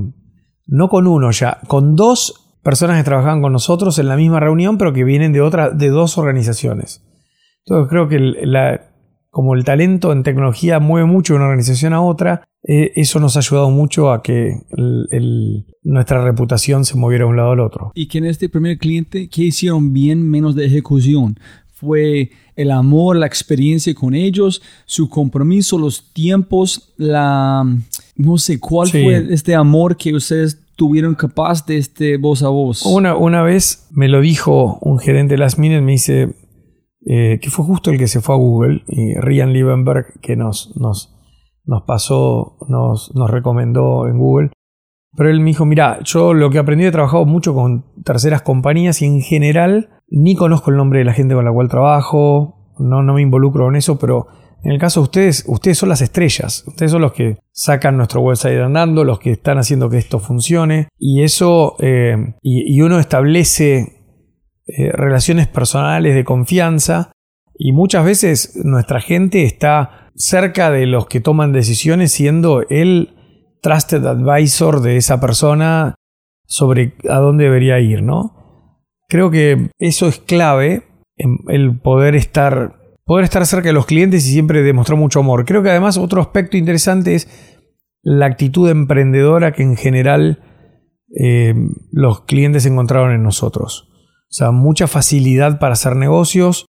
Speaker 5: con dos personas que trabajaban con nosotros en la misma reunión, pero que vienen de dos organizaciones. Entonces creo que como el talento en tecnología mueve mucho de una organización a otra, eso nos ha ayudado mucho a que nuestra reputación se moviera de un lado al otro.
Speaker 1: Y que en este primer cliente, ¿qué hicieron bien menos de ejecución? fue el amor, la experiencia con ellos, su compromiso, los tiempos, no sé, ¿cuál fue este amor que ustedes tuvieron capaz de este voz a voz?
Speaker 5: Una vez me lo dijo un gerente de Last Minute, me dice, que fue justo el que se fue a Google, y Ryan Liebenberg, que nos recomendó en Google. Pero él me dijo, mira, yo lo que aprendí, he trabajado mucho con terceras compañías y en general ni conozco el nombre de la gente con la cual trabajo, no me involucro con eso, pero en el caso de ustedes son las estrellas, ustedes son los que sacan nuestro website andando, los que están haciendo que esto funcione, y eso, y uno establece relaciones personales de confianza, y muchas veces nuestra gente está cerca de los que toman decisiones siendo el trusted advisor de esa persona sobre a dónde debería ir, ¿no? Creo que eso es clave, el poder estar cerca de los clientes y siempre demostrar mucho amor. Creo que además otro aspecto interesante es la actitud emprendedora que en general los clientes encontraron en nosotros. O sea, mucha facilidad para hacer negocios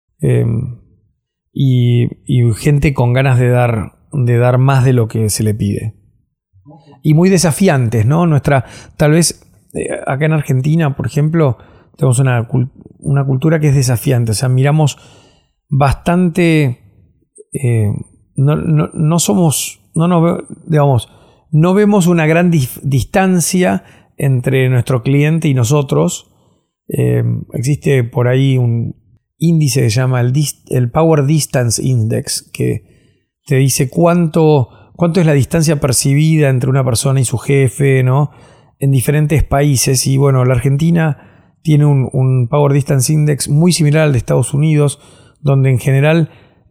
Speaker 5: y gente con ganas de dar más de lo que se le pide. Y muy desafiantes, ¿no? Tal vez acá en Argentina, por ejemplo, tenemos una cultura que es desafiante. O sea, miramos bastante, no vemos una gran distancia entre nuestro cliente y nosotros. Existe por ahí un índice que se llama el Power Distance Index, que te dice cuánto es la distancia percibida entre una persona y su jefe, ¿no? En diferentes países. Y bueno, la Argentina tiene un Power Distance Index muy similar al de Estados Unidos, donde en general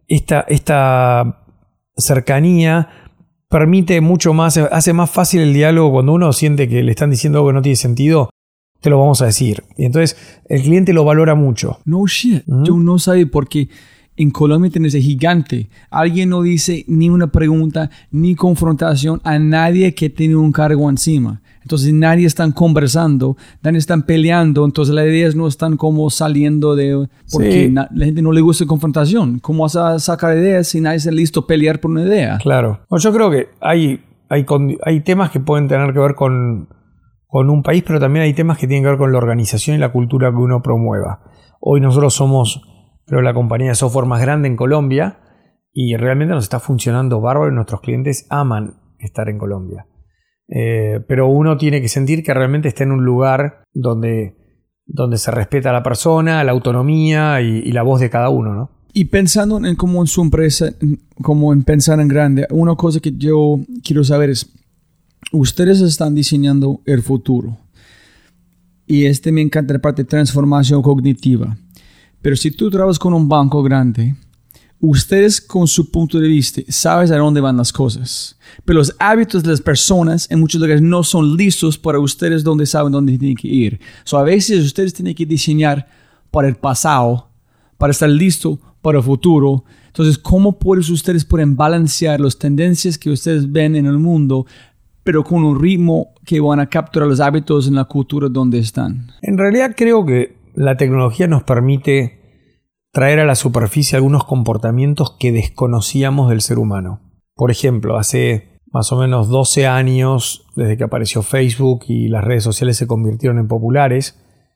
Speaker 5: esta cercanía permite mucho más, hace más fácil el diálogo. Cuando uno siente que le están diciendo algo que no tiene sentido, te lo vamos a decir. Y entonces el cliente lo valora mucho.
Speaker 1: No shit. Yo no sabía porque en Colombia tenés el gigante. Alguien no dice ni una pregunta, ni confrontación a nadie que tiene un cargo encima. Entonces nadie están conversando, nadie están peleando. Entonces las ideas no están como saliendo de... Porque la gente no le gusta confrontación. ¿Cómo vas a sacar ideas si nadie está listo a pelear por una idea?
Speaker 5: Claro. Bueno, yo creo que hay temas que pueden tener que ver con un país, pero también hay temas que tienen que ver con la organización y la cultura que uno promueva. Hoy nosotros somos, creo, la compañía de software más grande en Colombia y realmente nos está funcionando bárbaro y nuestros clientes aman estar en Colombia. Pero uno tiene que sentir que realmente está en un lugar donde se respeta a la persona, la autonomía y la voz de cada uno, ¿no?
Speaker 1: Y pensando en cómo en su empresa, como en pensar en grande, una cosa que yo quiero saber es, ustedes están diseñando el futuro. Y me encanta la parte de transformación cognitiva. Pero si tú trabajas con un banco grande, ustedes con su punto de vista sabes a dónde van las cosas. Pero los hábitos de las personas en muchos lugares no son listos para ustedes donde saben dónde tienen que ir. A veces ustedes tienen que diseñar para el pasado, para estar listo para el futuro. Entonces, ¿cómo ustedes pueden balancear las tendencias que ustedes ven en el mundo, pero con un ritmo que van a capturar los hábitos en la cultura donde están?
Speaker 5: En realidad creo que la tecnología nos permite traer a la superficie algunos comportamientos que desconocíamos del ser humano. Por ejemplo, hace más o menos 12 años, desde que apareció Facebook y las redes sociales se convirtieron en populares,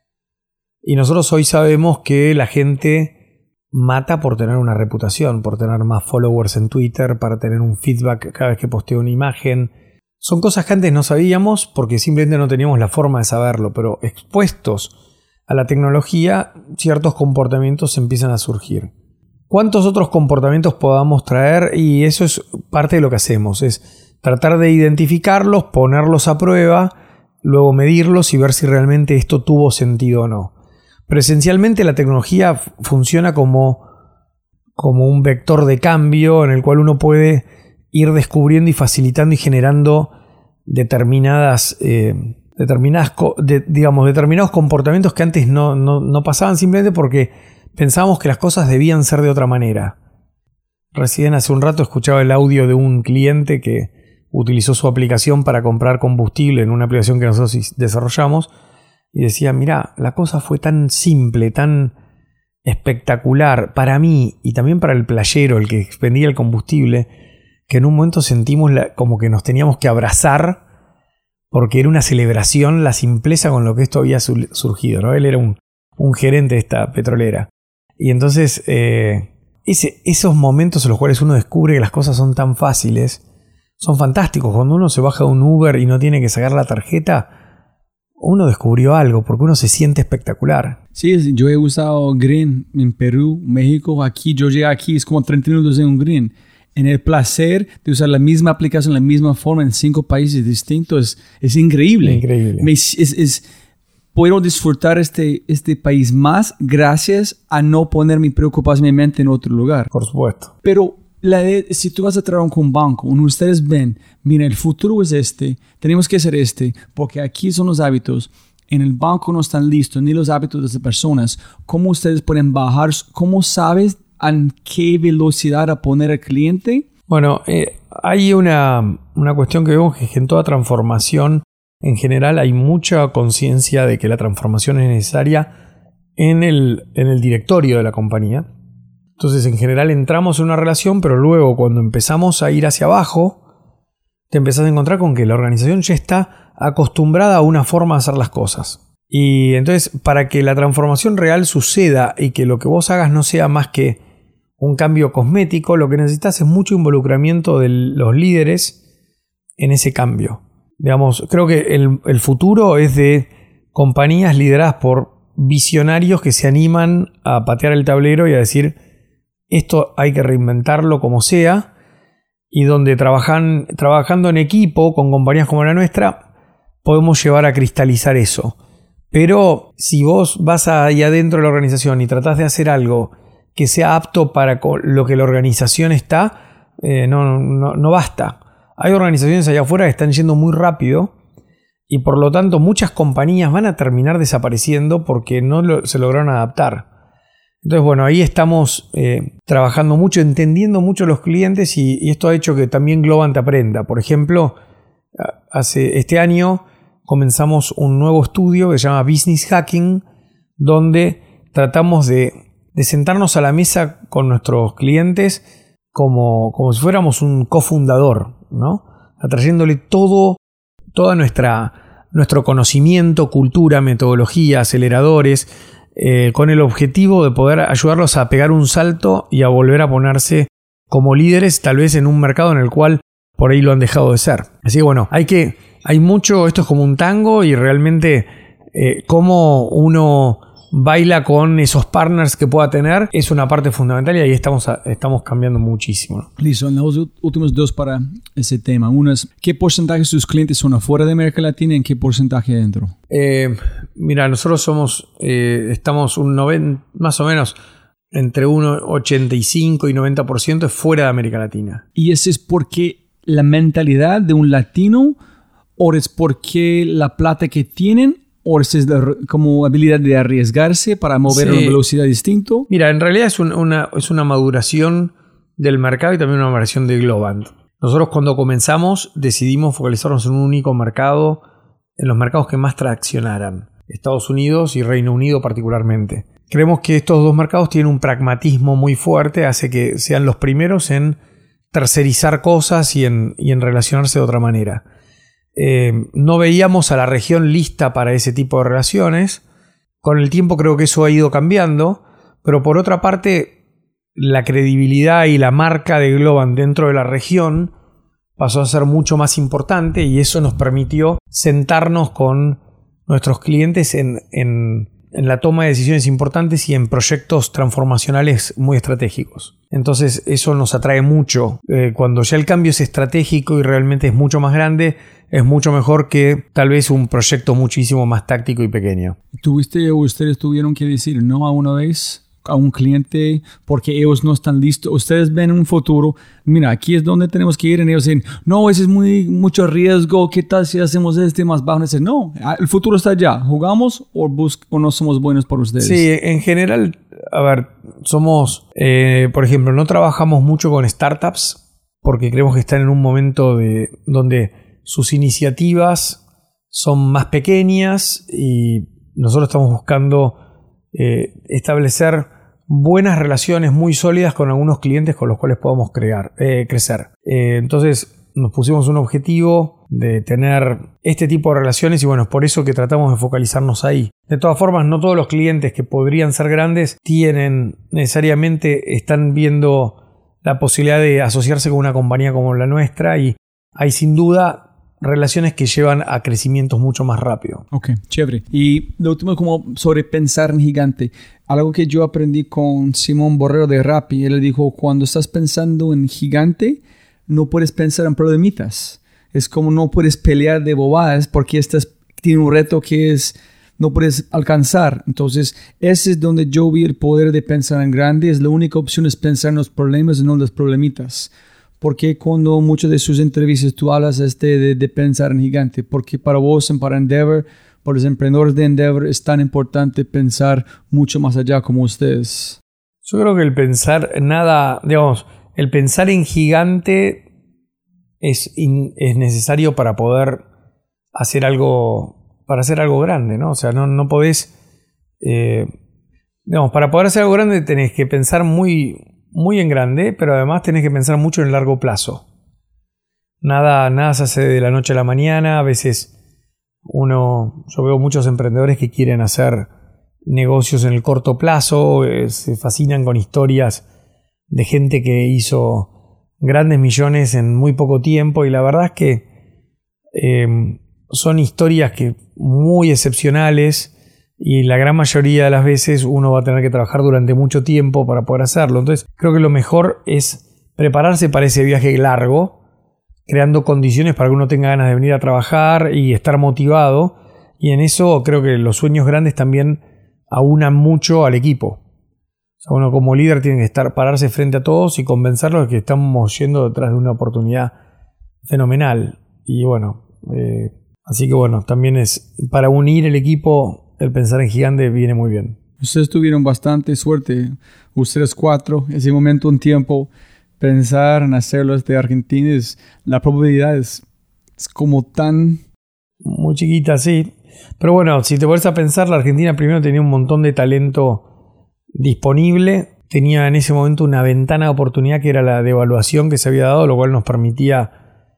Speaker 5: y nosotros hoy sabemos que la gente mata por tener una reputación, por tener más followers en Twitter, para tener un feedback cada vez que postea una imagen. Son cosas que antes no sabíamos porque simplemente no teníamos la forma de saberlo, pero expuestos a la tecnología, ciertos comportamientos empiezan a surgir. ¿Cuántos otros comportamientos podamos traer? Y eso es parte de lo que hacemos, es tratar de identificarlos, ponerlos a prueba, luego medirlos y ver si realmente esto tuvo sentido o no. Pero esencialmente la tecnología funciona como un vector de cambio en el cual uno puede ir descubriendo y facilitando y generando determinados comportamientos que antes no pasaban simplemente porque pensábamos que las cosas debían ser de otra manera. Recién hace un rato escuchaba el audio de un cliente que utilizó su aplicación para comprar combustible en una aplicación que nosotros desarrollamos y decía, mirá, la cosa fue tan simple, tan espectacular para mí y también para el playero, el que expendía el combustible, que en un momento sentimos como que nos teníamos que abrazar porque era una celebración la simpleza con lo que esto había surgido, ¿no? Él era un gerente de esta petrolera. Y entonces esos momentos en los cuales uno descubre que las cosas son tan fáciles son fantásticos. Cuando uno se baja de un Uber y no tiene que sacar la tarjeta, uno descubrió algo, porque uno se siente espectacular.
Speaker 1: Sí, yo he usado Green en Perú, México. Aquí, yo llegué aquí, es como 30 minutos en un Green. En el placer de usar la misma aplicación, la misma forma en 5 países distintos, es increíble.
Speaker 5: Increíble.
Speaker 1: Puedo disfrutar este país más gracias a no poner mi preocupación, mi mente en otro lugar.
Speaker 5: Por supuesto.
Speaker 1: Pero si tú vas a trabajar con un banco, ustedes ven, mira, el futuro es tenemos que hacer porque aquí son los hábitos. En el banco no están listos, ni los hábitos de las personas. ¿Cómo ustedes pueden bajar? ¿Cómo sabes a qué velocidad a poner al cliente?
Speaker 5: Bueno, hay una cuestión que vemos que en toda transformación, en general, hay mucha conciencia de que la transformación es necesaria en el directorio de la compañía. Entonces, en general, entramos en una relación, pero luego, cuando empezamos a ir hacia abajo, te empezás a encontrar con que la organización ya está acostumbrada a una forma de hacer las cosas. Y entonces, para que la transformación real suceda y que lo que vos hagas no sea más que un cambio cosmético, lo que necesitas es mucho involucramiento de los líderes en ese cambio. Digamos, creo que el futuro es de compañías lideradas por visionarios que se animan a patear el tablero y a decir, esto hay que reinventarlo como sea, y donde trabajando en equipo con compañías como la nuestra podemos llevar a cristalizar eso. Pero si vos vas ahí adentro de la organización y tratás de hacer algo que sea apto para lo que la organización está, no basta. Hay organizaciones allá afuera que están yendo muy rápido y por lo tanto muchas compañías van a terminar desapareciendo porque no se lograron adaptar. Entonces, bueno, ahí estamos trabajando mucho, entendiendo mucho a los clientes y esto ha hecho que también Globant aprenda. Por ejemplo, este año comenzamos un nuevo estudio que se llama Business Hacking, donde tratamos de sentarnos a la mesa con nuestros clientes como si fuéramos un cofundador, ¿no? Atrayéndole todo nuestro conocimiento, cultura, metodología, aceleradores, con el objetivo de poder ayudarlos a pegar un salto y a volver a ponerse como líderes, tal vez en un mercado en el cual por ahí lo han dejado de ser. Así que bueno, hay mucho, esto es como un tango y realmente cómo uno baila con esos partners que pueda tener es una parte fundamental y ahí estamos cambiando muchísimo, ¿no?
Speaker 1: Listo, en los últimos 2 para ese tema. Uno es, ¿qué porcentaje de sus clientes son afuera de América Latina y en qué porcentaje adentro?
Speaker 5: Mira, nosotros estamos más o menos entre un 85 y 90% es fuera de América Latina.
Speaker 1: ¿Y ese es porque la mentalidad de un latino o es porque la plata que tienen? ¿O es como habilidad de arriesgarse para mover a una velocidad distinta?
Speaker 5: Mira, en realidad es una maduración del mercado y también una maduración de Globant. Nosotros cuando comenzamos decidimos focalizarnos en un único mercado, en los mercados que más traccionaran, Estados Unidos y Reino Unido particularmente. Creemos que estos 2 mercados tienen un pragmatismo muy fuerte, hace que sean los primeros en tercerizar cosas y en relacionarse de otra manera. No veíamos a la región lista para ese tipo de relaciones. Con el tiempo creo que eso ha ido cambiando, pero por otra parte la credibilidad y la marca de Globant dentro de la región pasó a ser mucho más importante y eso nos permitió sentarnos con nuestros clientes en la toma de decisiones importantes y en proyectos transformacionales muy estratégicos. Entonces eso nos atrae mucho. Cuando ya el cambio es estratégico y realmente es mucho más grande, es mucho mejor que tal vez un proyecto muchísimo más táctico y pequeño.
Speaker 1: ¿Ustedes tuvieron que decir no a una vez a un cliente porque ellos no están listos? Ustedes ven un futuro, mira, aquí es donde tenemos que ir, y ellos dicen, no, ese es mucho riesgo, ¿qué tal si hacemos más bajo? Dicen, no, el futuro está allá, ¿jugamos o no somos buenos para ustedes?
Speaker 5: Sí, en general, a ver, somos, por ejemplo, no trabajamos mucho con startups porque creemos que están en un momento donde sus iniciativas son más pequeñas y nosotros estamos buscando establecer buenas relaciones muy sólidas con algunos clientes con los cuales podamos crecer. Entonces nos pusimos un objetivo de tener este tipo de relaciones y bueno, es por eso que tratamos de focalizarnos ahí. De todas formas, no todos los clientes que podrían ser grandes están viendo la posibilidad de asociarse con una compañía como la nuestra y hay sin duda relaciones que llevan a crecimientos mucho más rápido.
Speaker 1: Ok, chévere. Y lo último, como sobre pensar en gigante. Algo que yo aprendí con Simón Borrero de Rappi. Él dijo, cuando estás pensando en gigante, no puedes pensar en problemitas. Es como no puedes pelear de bobadas porque tiene un reto que no puedes alcanzar. Entonces, ese es donde yo vi el poder de pensar en grande. La única opción es pensar en los problemas y no en los problemitas. Porque cuando muchas de sus entrevistas tú hablas de pensar en gigante? Porque para vos, para Endeavor, para los emprendedores de Endeavor, es tan importante pensar mucho más allá como ustedes.
Speaker 5: Yo creo que el pensar en gigante es necesario para poder hacer algo grande, ¿no? O sea, no podés, para poder hacer algo grande tenés que pensar muy en grande, pero además tenés que pensar mucho en el largo plazo. Nada se hace de la noche a la mañana. A veces yo veo muchos emprendedores que quieren hacer negocios en el corto plazo, se fascinan con historias de gente que hizo grandes millones en muy poco tiempo y la verdad es que son historias muy excepcionales y la gran mayoría de las veces uno va a tener que trabajar durante mucho tiempo para poder hacerlo. Entonces creo que lo mejor es prepararse para ese viaje largo, creando condiciones para que uno tenga ganas de venir a trabajar y estar motivado, y en eso creo que los sueños grandes también aunan mucho al equipo. O sea, uno como líder tiene que pararse frente a todos y convencerlos de que estamos yendo detrás de una oportunidad fenomenal. Y bueno, así que bueno, también es para unir el equipo, el pensar en gigante viene muy bien.
Speaker 1: Ustedes tuvieron bastante suerte, ustedes 4, ese momento, un tiempo, pensar en hacerlo desde Argentina, la probabilidad es como tan...
Speaker 5: Muy chiquita, sí. Pero bueno, si te pones a pensar, la Argentina primero tenía un montón de talento disponible, tenía en ese momento una ventana de oportunidad que era la devaluación que se había dado, lo cual nos permitía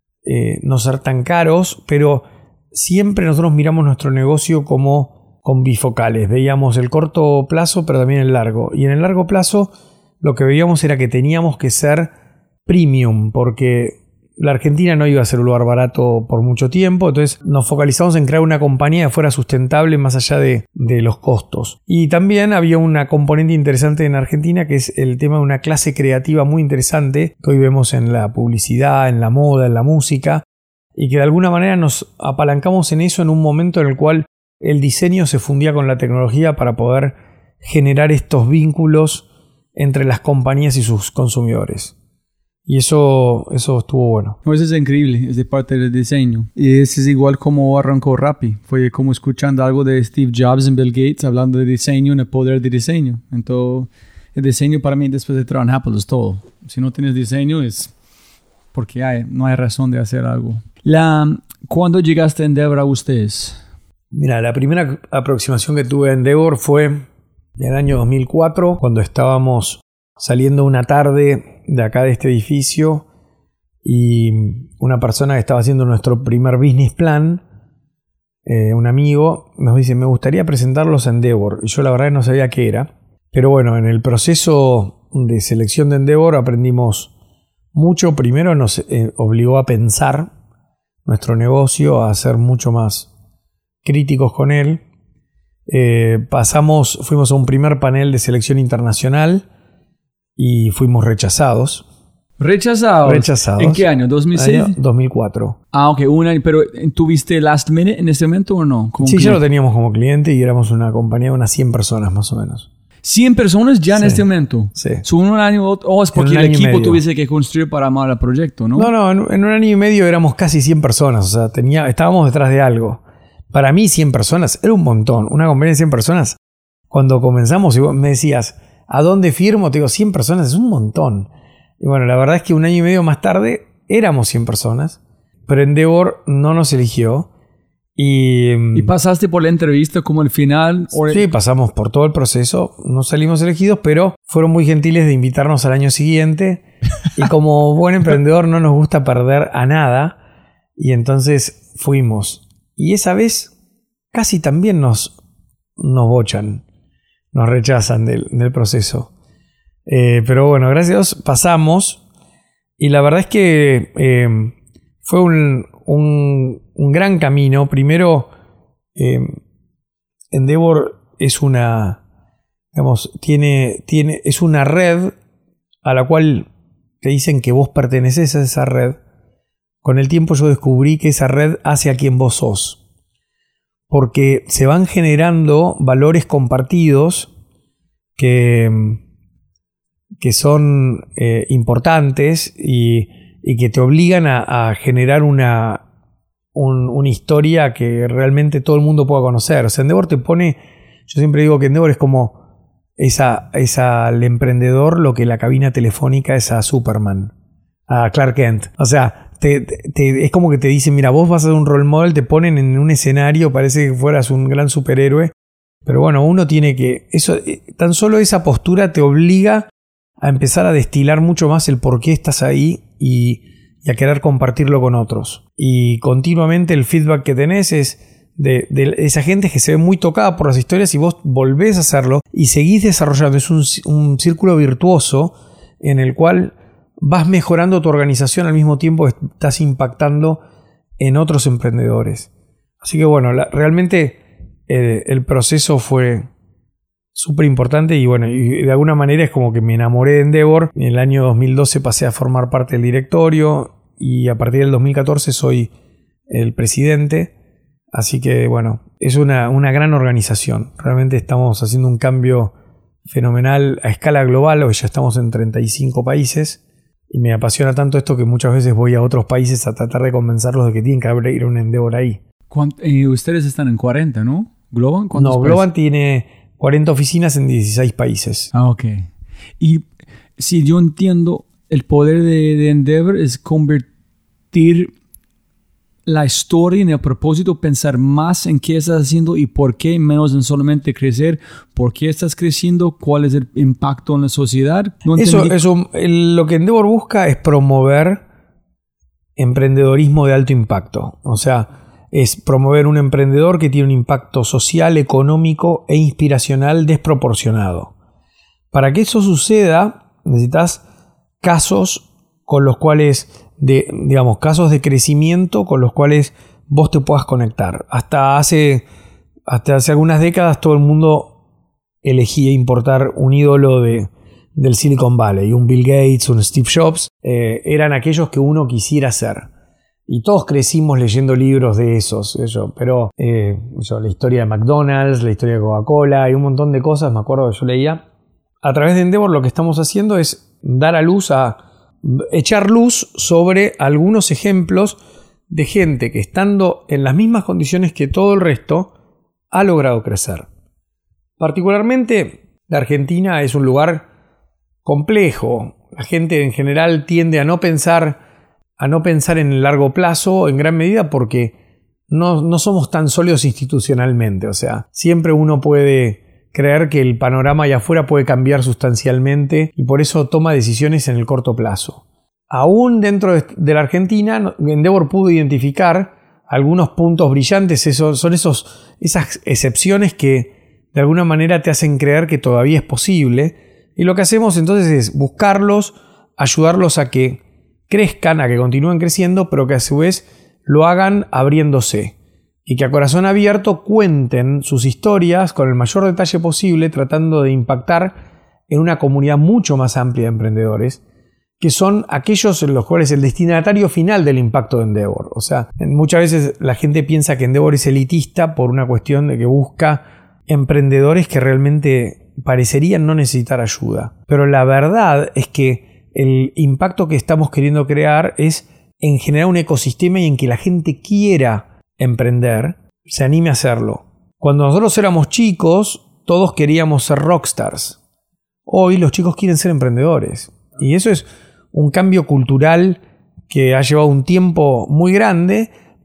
Speaker 5: no ser tan caros, pero siempre nosotros miramos nuestro negocio como con bifocales. Veíamos el corto plazo, pero también el largo. Y en el largo plazo lo que veíamos era que teníamos que ser premium, porque la Argentina no iba a ser un lugar barato por mucho tiempo. Entonces nos focalizamos en crear una compañía que fuera sustentable más allá de los costos. Y también había una componente interesante en Argentina, que es el tema de una clase creativa muy interesante que hoy vemos en la publicidad, en la moda, en la música, y que de alguna manera nos apalancamos en eso en un momento en el cual el diseño se fundía con la tecnología para poder generar estos vínculos entre las compañías y sus consumidores. Y eso estuvo bueno.
Speaker 1: Eso es increíble, es de parte del diseño. Y eso es igual como arrancó Rappi. Fue como escuchando algo de Steve Jobs y Bill Gates hablando de diseño y el poder de diseño. Entonces, el diseño para mí después de trabajar en Apple es todo. Si no tienes diseño es porque no hay razón de hacer algo. ¿Cuándo llegaste a Endeavor a ustedes?
Speaker 5: Mira, la primera aproximación que tuve a Endeavor fue en el año 2004, cuando estábamos saliendo una tarde de acá de este edificio y una persona que estaba haciendo nuestro primer business plan, un amigo, nos dice: me gustaría presentarlos a Endeavor. Y yo la verdad no sabía qué era. Pero bueno, en el proceso de selección de Endeavor aprendimos mucho. Primero nos obligó a pensar nuestro negocio, a ser mucho más críticos con él. Fuimos a un primer panel de selección internacional y fuimos rechazados.
Speaker 1: ¿Rechazados? ¿En qué año? ¿2006?
Speaker 5: Año 2004.
Speaker 1: Ah, ok, un año. ¿Pero tuviste Last Minute en ese momento o no?
Speaker 5: Sí, ya lo teníamos como cliente y éramos una compañía de unas 100 personas más o menos.
Speaker 1: 100 personas ya en este momento.
Speaker 5: Sí.
Speaker 1: ¿Son un año o es porque el equipo tuviese que construir para armar el proyecto, no?
Speaker 5: No, en un año y medio éramos casi 100 personas. O sea, estábamos detrás de algo. Para mí 100 personas era un montón. Una compañía de 100 personas. Cuando comenzamos y vos me decías, ¿a dónde firmo? Te digo, 100 personas es un montón. Y bueno, la verdad es que un año y medio más tarde éramos 100 personas. Pero Endeavor no nos eligió.
Speaker 1: ¿Y pasaste por la entrevista como el final?
Speaker 5: Sí, pasamos por todo el proceso. No salimos elegidos, pero fueron muy gentiles de invitarnos al año siguiente. Y como buen emprendedor no nos gusta perder a nada. Y entonces fuimos. Y esa vez casi también nos bochan. Nos rechazan del proceso. Pero bueno, gracias a Dios pasamos. Y la verdad es que fue un gran camino. Primero, Endeavor es una, digamos, es una red a la cual te dicen que vos perteneces a esa red. Con el tiempo yo descubrí que esa red hace a quien vos sos. Porque se van generando valores compartidos que son importantes y que te obligan a generar una historia que realmente todo el mundo pueda conocer. O sea, Endeavor te pone, yo siempre digo que Endeavor es como al emprendedor lo que la cabina telefónica es a Superman, a Clark Kent. O sea, es como que te dicen, mira, vos vas a ser un role model, te ponen en un escenario, parece que fueras un gran superhéroe, pero bueno, uno tiene que, tan solo esa postura te obliga a empezar a destilar mucho más el por qué estás ahí y a querer compartirlo con otros. Y continuamente el feedback que tenés es de esa gente que se ve muy tocada por las historias y vos volvés a hacerlo y seguís desarrollando. Es un círculo virtuoso en el cual vas mejorando tu organización al mismo tiempo que estás impactando en otros emprendedores. Así que bueno, realmente el proceso fue súper importante y bueno, y de alguna manera es como que me enamoré de Endeavor. En el año 2012 pasé a formar parte del directorio y a partir del 2014 soy el presidente. Así que bueno, es una gran organización. Realmente estamos haciendo un cambio fenomenal a escala global. Hoy ya estamos en 35 países y me apasiona tanto esto que muchas veces voy a otros países a tratar de convencerlos de que tienen que abrir un Endeavor ahí.
Speaker 1: Y ustedes están en 40, ¿no? ¿Globan?
Speaker 5: No, Globan tiene 40 oficinas en 16 países.
Speaker 1: Ah, ok. Y si yo entiendo, el poder de Endeavor es convertir la historia en el propósito, pensar más en qué estás haciendo y por qué, menos en solamente crecer. ¿Por qué estás creciendo? ¿Cuál es el impacto en la sociedad? No
Speaker 5: lo que Endeavor busca es promover emprendedorismo de alto impacto. O sea, es promover un emprendedor que tiene un impacto social, económico e inspiracional desproporcionado. Para que eso suceda, necesitas casos con los cuales, casos de crecimiento con los cuales vos te puedas conectar. Hasta hace algunas décadas todo el mundo elegía importar un ídolo del Silicon Valley, un Bill Gates, un Steve Jobs, eran aquellos que uno quisiera ser. Y todos crecimos leyendo libros de esos, pero la historia de McDonald's, la historia de Coca-Cola y un montón de cosas, me acuerdo que yo leía. A través de Endeavor lo que estamos haciendo es echar luz sobre algunos ejemplos de gente que estando en las mismas condiciones que todo el resto ha logrado crecer. Particularmente la Argentina es un lugar complejo. La gente en general tiende a no pensar en el largo plazo en gran medida porque no somos tan sólidos institucionalmente. O sea, siempre uno puede creer que el panorama allá afuera puede cambiar sustancialmente y por eso toma decisiones en el corto plazo. Aún dentro de la Argentina, Endeavor pudo identificar algunos puntos brillantes. Son esas excepciones que de alguna manera te hacen creer que todavía es posible. Y lo que hacemos entonces es buscarlos, ayudarlos a que crezcan, a que continúen creciendo, pero que a su vez lo hagan abriéndose. Y que a corazón abierto cuenten sus historias con el mayor detalle posible, tratando de impactar en una comunidad mucho más amplia de emprendedores, que son aquellos en los cuales el destinatario final del impacto de Endeavor. O sea, muchas veces la gente piensa que Endeavor es elitista por una cuestión de que busca emprendedores que realmente parecerían no necesitar ayuda. Pero la verdad es que el impacto que estamos queriendo crear es en generar un ecosistema y en que la gente quiera emprender, se anime a hacerlo. Cuando nosotros éramos chicos, todos queríamos ser rockstars. Hoy los chicos quieren ser emprendedores. Y eso es un cambio cultural que ha llevado un tiempo muy grande,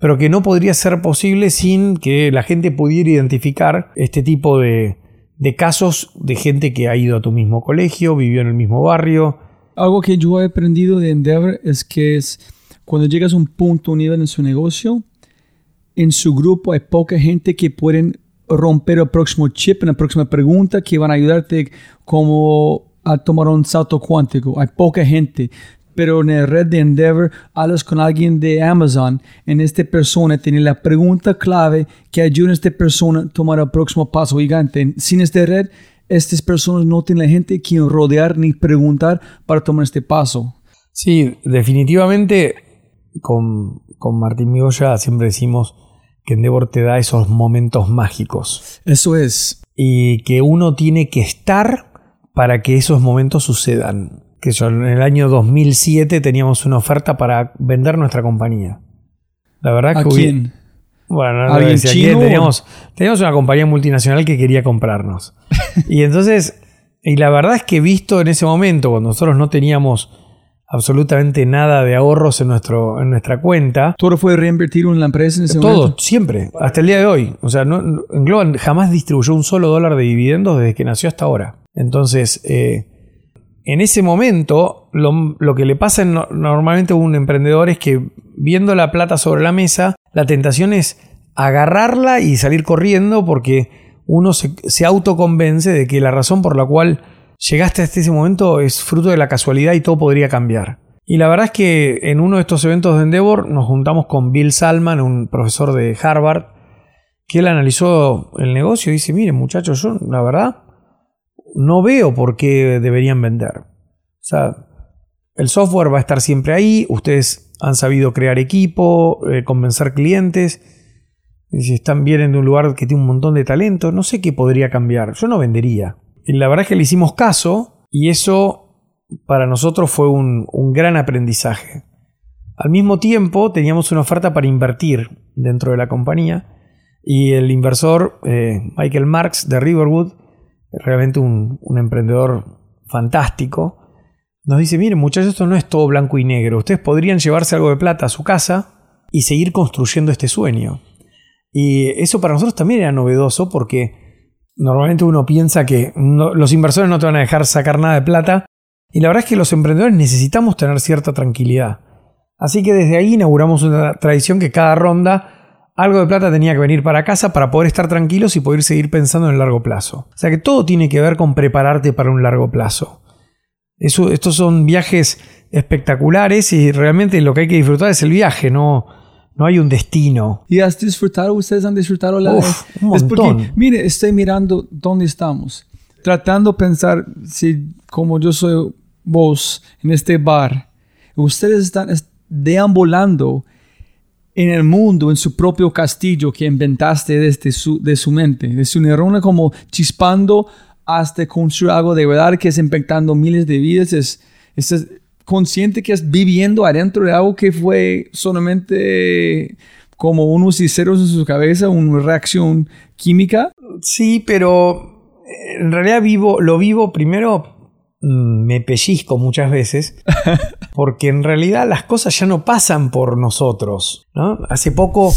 Speaker 5: pero que no podría ser posible sin que la gente pudiera identificar este tipo de casos de gente que ha ido a tu mismo colegio, vivió en el mismo barrio.
Speaker 1: Algo que yo he aprendido de Endeavor es que cuando llegas a un punto, un nivel en su negocio, en su grupo hay poca gente que pueden romper el próximo chip en la próxima pregunta, que van a ayudarte como a tomar un salto cuántico. Hay poca gente. Pero en la red de Endeavor, hablas con alguien de Amazon, en esta persona tiene la pregunta clave que ayuda a esta persona a tomar el próximo paso gigante. Sin esta red, estas personas no tienen la gente a quien rodear ni preguntar para tomar este paso.
Speaker 5: Sí, definitivamente con Martín Migoya siempre decimos que Endeavor te da esos momentos mágicos.
Speaker 1: Eso es.
Speaker 5: Y que uno tiene que estar para que esos momentos sucedan. Que en el año 2007 teníamos una oferta para vender nuestra compañía. La verdad
Speaker 1: ¿A
Speaker 5: que
Speaker 1: quién?
Speaker 5: Bueno, no
Speaker 1: ¿Alguien
Speaker 5: decía
Speaker 1: chino?
Speaker 5: quién. Teníamos una compañía multinacional que quería comprarnos. Y entonces, y la verdad es que visto en ese momento, cuando nosotros no teníamos absolutamente nada de ahorros en nuestra cuenta.
Speaker 1: ¿Todo fue reinvertido en la empresa en ese
Speaker 5: Todo,
Speaker 1: momento?
Speaker 5: siempre, hasta el día de hoy. O sea, en Globant jamás distribuyó un solo dólar de dividendos desde que nació hasta ahora. Entonces, en ese momento, lo que le pasa normalmente a un emprendedor es que viendo la plata sobre la mesa, la tentación es agarrarla y salir corriendo porque uno se autoconvence de que la razón por la cual llegaste hasta ese momento es fruto de la casualidad y todo podría cambiar. Y la verdad es que en uno de estos eventos de Endeavor nos juntamos con Bill Salman, un profesor de Harvard, que él analizó el negocio y dice, miren muchachos, yo la verdad no veo por qué deberían vender. O sea, el software va a estar siempre ahí, ustedes han sabido crear equipo, convencer clientes, y si vienen de un lugar que tiene un montón de talento, no sé qué podría cambiar, yo no vendería. Y la verdad es que le hicimos caso y eso para nosotros fue un gran aprendizaje. Al mismo tiempo teníamos una oferta para invertir dentro de la compañía y el inversor Michael Marks de Riverwood, realmente un emprendedor fantástico, nos dice, miren muchachos, esto no es todo blanco y negro, ustedes podrían llevarse algo de plata a su casa y seguir construyendo este sueño. Y eso para nosotros también era novedoso porque normalmente uno piensa que los inversores no te van a dejar sacar nada de plata y la verdad es que los emprendedores necesitamos tener cierta tranquilidad. Así que desde ahí inauguramos una tradición que cada ronda algo de plata tenía que venir para casa para poder estar tranquilos y poder seguir pensando en el largo plazo. O sea que todo tiene que ver con prepararte para un largo plazo. Estos son viajes espectaculares y realmente lo que hay que disfrutar es el viaje, no hay un destino.
Speaker 1: ¿Y has disfrutado? ¿Ustedes han disfrutado la
Speaker 5: un montón.
Speaker 1: Es porque, mire, estoy mirando dónde estamos. Tratando de pensar si como yo soy vos en este bar. Ustedes están deambulando en el mundo, en su propio castillo que inventaste de su mente, de su neurona, como chispando hasta construir algo de verdad que es impactando miles de vidas. Es consciente que es viviendo adentro de algo que fue solamente como unos y ceros en su cabeza, una reacción química.
Speaker 5: Sí, pero en realidad lo vivo primero. Me pellizco muchas veces porque en realidad las cosas ya no pasan por nosotros, ¿no? Hace poco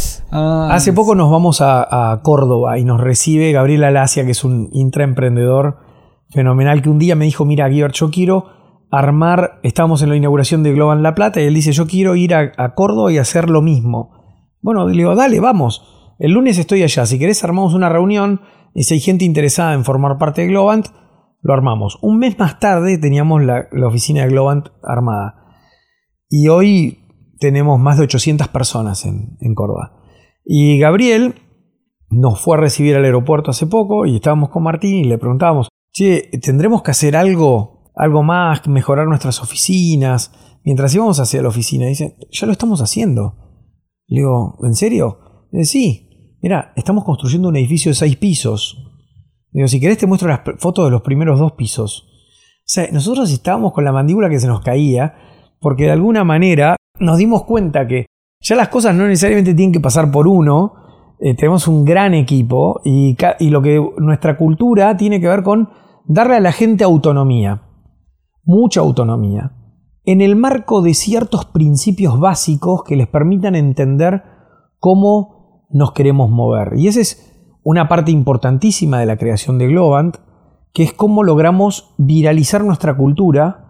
Speaker 5: nos vamos a Córdoba y nos recibe Gabriel Alasia, que es un intraemprendedor fenomenal, que un día me dijo, mira Guibert, yo quiero armar, estábamos en la inauguración de Globant La Plata y él dice, yo quiero ir a Córdoba y hacer lo mismo. Bueno, le digo, dale, vamos, el lunes estoy allá, si querés armamos una reunión y si hay gente interesada en formar parte de Globant, lo armamos. Un mes más tarde teníamos la oficina de Globant armada. Y hoy tenemos más de 800 personas en Córdoba. Y Gabriel nos fue a recibir al aeropuerto hace poco y estábamos con Martín y le preguntábamos, che, ¿tendremos que hacer algo más, mejorar nuestras oficinas? Mientras íbamos hacia la oficina, dice, ya lo estamos haciendo. Le digo, ¿en serio? Dice, sí, mira, estamos construyendo un edificio de 6 pisos. Digo, si querés te muestro las fotos de los primeros 2 pisos. O sea, nosotros estábamos con la mandíbula que se nos caía porque de alguna manera nos dimos cuenta que ya las cosas no necesariamente tienen que pasar por uno. Tenemos un gran equipo y lo que nuestra cultura tiene que ver con darle a la gente autonomía. Mucha autonomía. En el marco de ciertos principios básicos que les permitan entender cómo nos queremos mover. Y esa es una parte importantísima de la creación de Globant, que es cómo logramos viralizar nuestra cultura,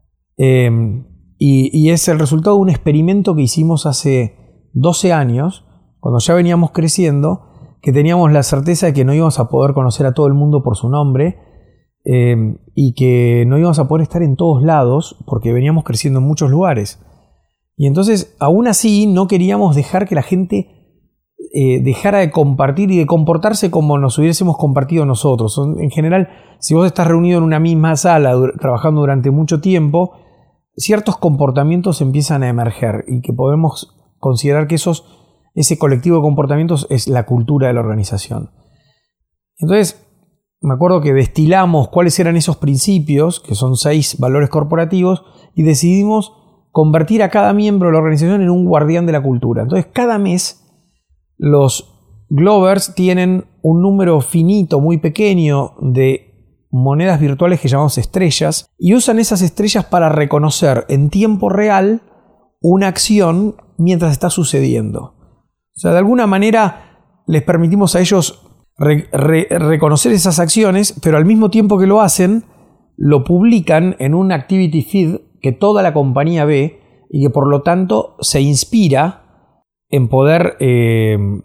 Speaker 5: y es el resultado de un experimento que hicimos hace 12 años, cuando ya veníamos creciendo, que teníamos la certeza de que no íbamos a poder conocer a todo el mundo por su nombre, y que no íbamos a poder estar en todos lados porque veníamos creciendo en muchos lugares. Y entonces, aún así, no queríamos dejar que la gente dejara de compartir y de comportarse como nos hubiésemos compartido nosotros. En general, si vos estás reunido en una misma sala trabajando durante mucho tiempo, ciertos comportamientos empiezan a emerger y que podemos considerar que ese colectivo de comportamientos es la cultura de la organización. Entonces, me acuerdo que destilamos cuáles eran esos principios, que son 6 valores corporativos, y decidimos convertir a cada miembro de la organización en un guardián de la cultura. Entonces, cada mes los Glovers tienen un número finito, muy pequeño, de monedas virtuales que llamamos estrellas, y usan esas estrellas para reconocer en tiempo real una acción mientras está sucediendo. O sea, de alguna manera les permitimos a ellos reconocer esas acciones, pero al mismo tiempo que lo hacen, lo publican en un activity feed que toda la compañía ve y que por lo tanto se inspira en poder, en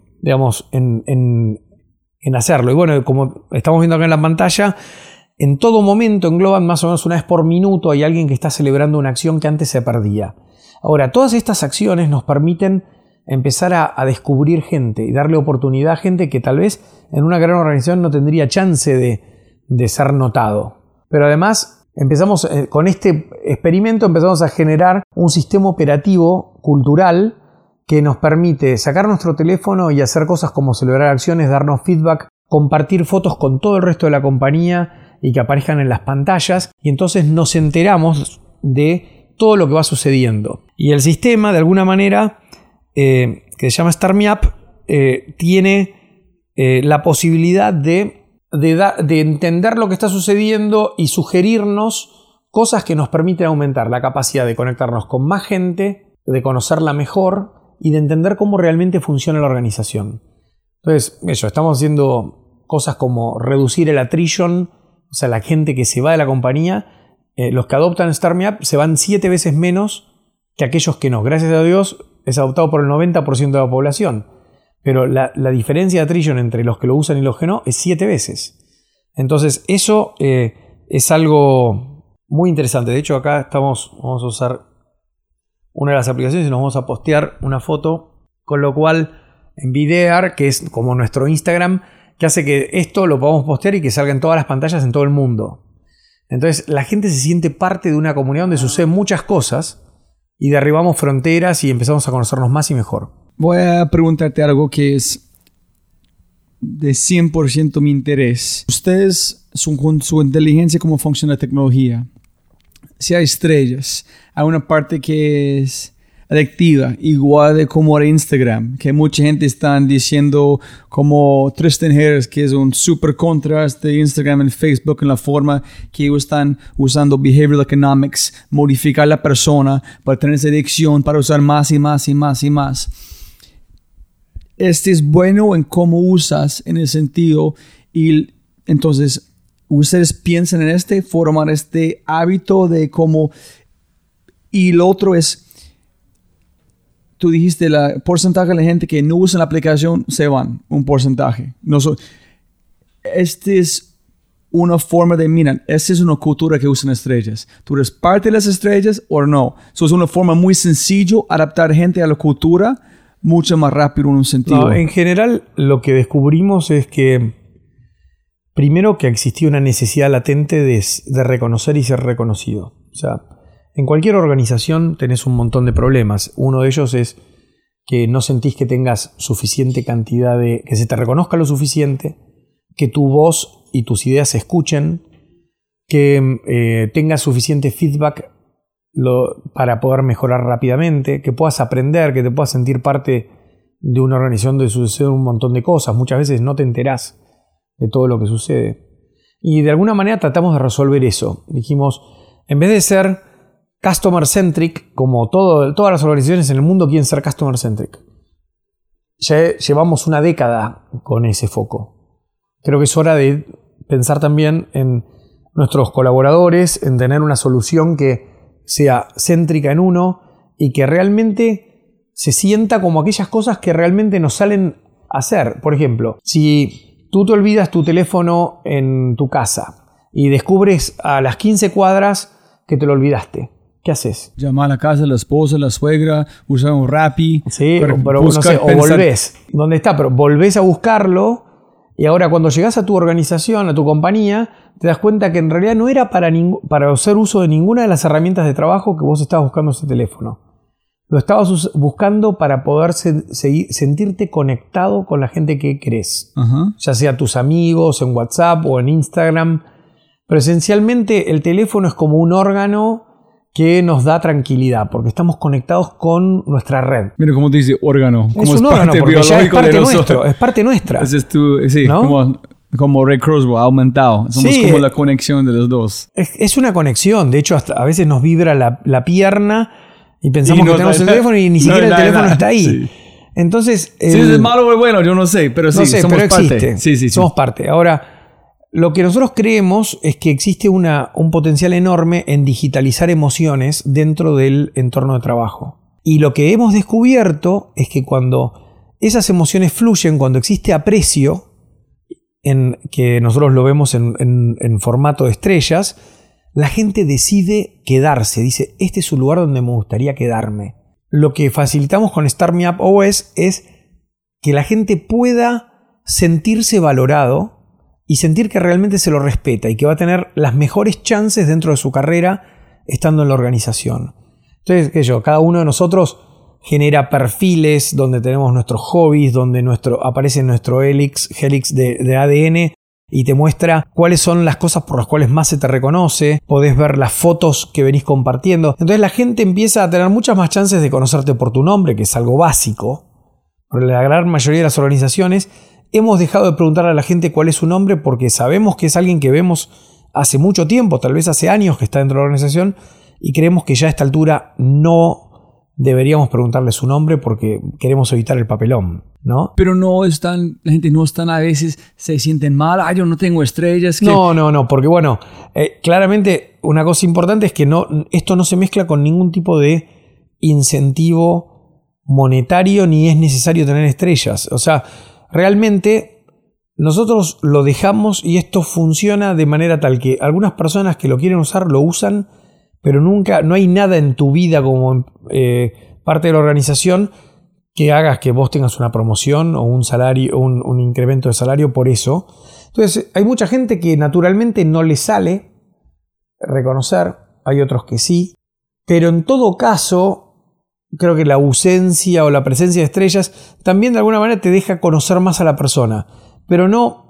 Speaker 5: hacerlo. Y bueno, como estamos viendo acá en la pantalla, en todo momento en Globant, más o menos una vez por minuto, hay alguien que está celebrando una acción que antes se perdía. Ahora, todas estas acciones nos permiten empezar a descubrir gente y darle oportunidad a gente que tal vez en una gran organización no tendría chance de ser notado. Pero además, con este experimento empezamos a generar un sistema operativo cultural que nos permite sacar nuestro teléfono y hacer cosas como celebrar acciones, darnos feedback, compartir fotos con todo el resto de la compañía y que aparezcan en las pantallas, y entonces nos enteramos de todo lo que va sucediendo. Y el sistema, de alguna manera, que se llama Start Me Up, tiene la posibilidad de entender lo que está sucediendo y sugerirnos cosas que nos permiten aumentar la capacidad de conectarnos con más gente, de conocerla mejor y de entender cómo realmente funciona la organización. Entonces, estamos haciendo cosas como reducir el attrition, o sea, la gente que se va de la compañía. Los que adoptan Start Me Up se van 7 veces menos que aquellos que no. Gracias a Dios es adoptado por el 90% de la población. Pero la diferencia de attrition entre los que lo usan y los que no es 7 veces. Entonces eso es algo muy interesante. De hecho acá vamos a usar una de las aplicaciones y nos vamos a postear una foto. Con lo cual en Videar, que es como nuestro Instagram, que hace que esto lo podamos postear y que salga en todas las pantallas en todo el mundo. Entonces la gente se siente parte de una comunidad donde suceden muchas cosas y derribamos fronteras y empezamos a conocernos más y mejor.
Speaker 1: Voy a preguntarte algo que es de 100% mi interés. Ustedes, con su inteligencia, cómo funciona la tecnología. Si hay estrellas, hay una parte que es adictiva, igual de como era Instagram, que mucha gente está diciendo como Tristan Harris, que es un super contraste de Instagram y Facebook en la forma que ellos están usando behavioral economics, modificar la persona para tener esa adicción, para usar más y más y más y más. Este es bueno en cómo usas en el sentido, y entonces ustedes piensan en formar este hábito de cómo, y lo otro es, tú dijiste el porcentaje de la gente que no usa la aplicación se van, un porcentaje. Este es una forma de, miren, esta es una cultura que usan estrellas. ¿Tú eres parte de las estrellas o no? Eso es una forma muy sencilla adaptar gente a la cultura mucho más rápido en un sentido.
Speaker 5: No, en general lo que descubrimos es que primero que existía una necesidad latente de reconocer y ser reconocido. O sea, en cualquier organización tenés un montón de problemas. Uno de ellos es que no sentís que tengas suficiente cantidad que se te reconozca lo suficiente, que tu voz y tus ideas se escuchen, que tengas suficiente feedback para poder mejorar rápidamente, que puedas aprender, que te puedas sentir parte de una organización donde suceden un montón de cosas. Muchas veces no te enterás de todo lo que sucede. Y de alguna manera tratamos de resolver eso. Dijimos, en vez de ser customer centric, como todas las organizaciones en el mundo quieren ser customer centric, ya llevamos una década con ese foco. Creo que es hora de pensar también en nuestros colaboradores, en tener una solución que sea céntrica en uno y que realmente se sienta como aquellas cosas que realmente nos salen a hacer. Por ejemplo, si tú te olvidas tu teléfono en tu casa y descubres a las 15 cuadras que te lo olvidaste, ¿qué haces?
Speaker 1: Llamar a la casa, la esposa, la suegra, usar un Rappi.
Speaker 5: Sí, pero no sé, o volvés. ¿Dónde está? Pero volvés a buscarlo y ahora cuando llegás a tu organización, a tu compañía, te das cuenta que en realidad no era para hacer uso de ninguna de las herramientas de trabajo que vos estabas buscando ese teléfono. Lo estabas buscando para poder sentirte conectado con la gente que querés. Uh-huh. Ya sea tus amigos, en WhatsApp o en Instagram. Pero esencialmente el teléfono es como un órgano que nos da tranquilidad, porque estamos conectados con nuestra red.
Speaker 1: Mira cómo te dice órgano.
Speaker 5: Es un órgano, porque ya es parte nuestro, es parte nuestra.
Speaker 1: Es sí, ¿no? Como Ray Kurzweil, aumentado. Somos como la conexión de los dos.
Speaker 5: Es una conexión. De hecho, hasta a veces nos vibra la pierna y pensamos que tenemos el teléfono y ni siquiera el teléfono está ahí. Sí. Entonces...
Speaker 1: Si es malo o bueno, yo no sé, pero sí, no sé, somos
Speaker 5: pero
Speaker 1: parte.
Speaker 5: Existe. Sí. Somos parte. Ahora, lo que nosotros creemos es que existe un potencial enorme en digitalizar emociones dentro del entorno de trabajo. Y lo que hemos descubierto es que cuando esas emociones fluyen, cuando existe aprecio, que nosotros lo vemos en formato de estrellas, la gente decide quedarse, dice, este es un lugar donde me gustaría quedarme. Lo que facilitamos con Start Me Up OS es que la gente pueda sentirse valorado y sentir que realmente se lo respeta y que va a tener las mejores chances dentro de su carrera estando en la organización. Entonces, cada uno de nosotros genera perfiles donde tenemos nuestros hobbies, donde aparece nuestro helix de ADN y te muestra cuáles son las cosas por las cuales más se te reconoce. Podés ver las fotos que venís compartiendo. Entonces la gente empieza a tener muchas más chances de conocerte por tu nombre, que es algo básico. Pero la gran mayoría de las organizaciones hemos dejado de preguntarle a la gente cuál es su nombre porque sabemos que es alguien que vemos hace mucho tiempo, tal vez hace años que está dentro de la organización y creemos que ya a esta altura no deberíamos preguntarle su nombre porque queremos evitar el papelón, ¿no?
Speaker 1: Pero la gente no están a veces, se sienten mal, yo no tengo estrellas.
Speaker 5: No, porque bueno, claramente una cosa importante es que esto no se mezcla con ningún tipo de incentivo monetario ni es necesario tener estrellas. O sea, realmente nosotros lo dejamos y esto funciona de manera tal que algunas personas que lo quieren usar lo usan, pero no hay nada en tu vida como parte de la organización que hagas que vos tengas una promoción o un salario, un incremento de salario por eso. Entonces hay mucha gente que naturalmente no le sale reconocer, hay otros que sí, pero en todo caso creo que la ausencia o la presencia de estrellas también de alguna manera te deja conocer más a la persona, pero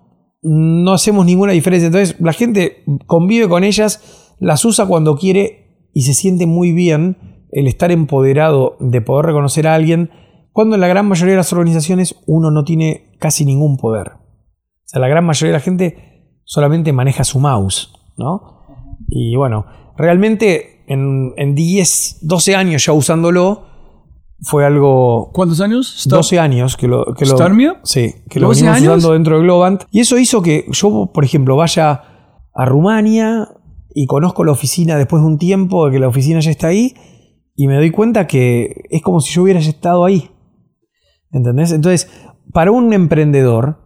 Speaker 5: no hacemos ninguna diferencia. Entonces la gente convive con ellas, las usa cuando quiere y se siente muy bien el estar empoderado de poder reconocer a alguien, cuando en la gran mayoría de las organizaciones uno no tiene casi ningún poder. O sea, la gran mayoría de la gente solamente maneja su mouse, ¿no? Y bueno, realmente en 10, 12 años ya usándolo, fue algo...
Speaker 1: ¿Cuántos años?
Speaker 5: 12 años que lo
Speaker 1: ¿Start Me Up?
Speaker 5: Sí, que lo venimos usando dentro de Globant. Y eso hizo que yo, por ejemplo, vaya a Rumania y conozco la oficina después de un tiempo de que la oficina ya está ahí y me doy cuenta que es como si yo hubiera estado ahí. ¿Entendés? Entonces, para un emprendedor,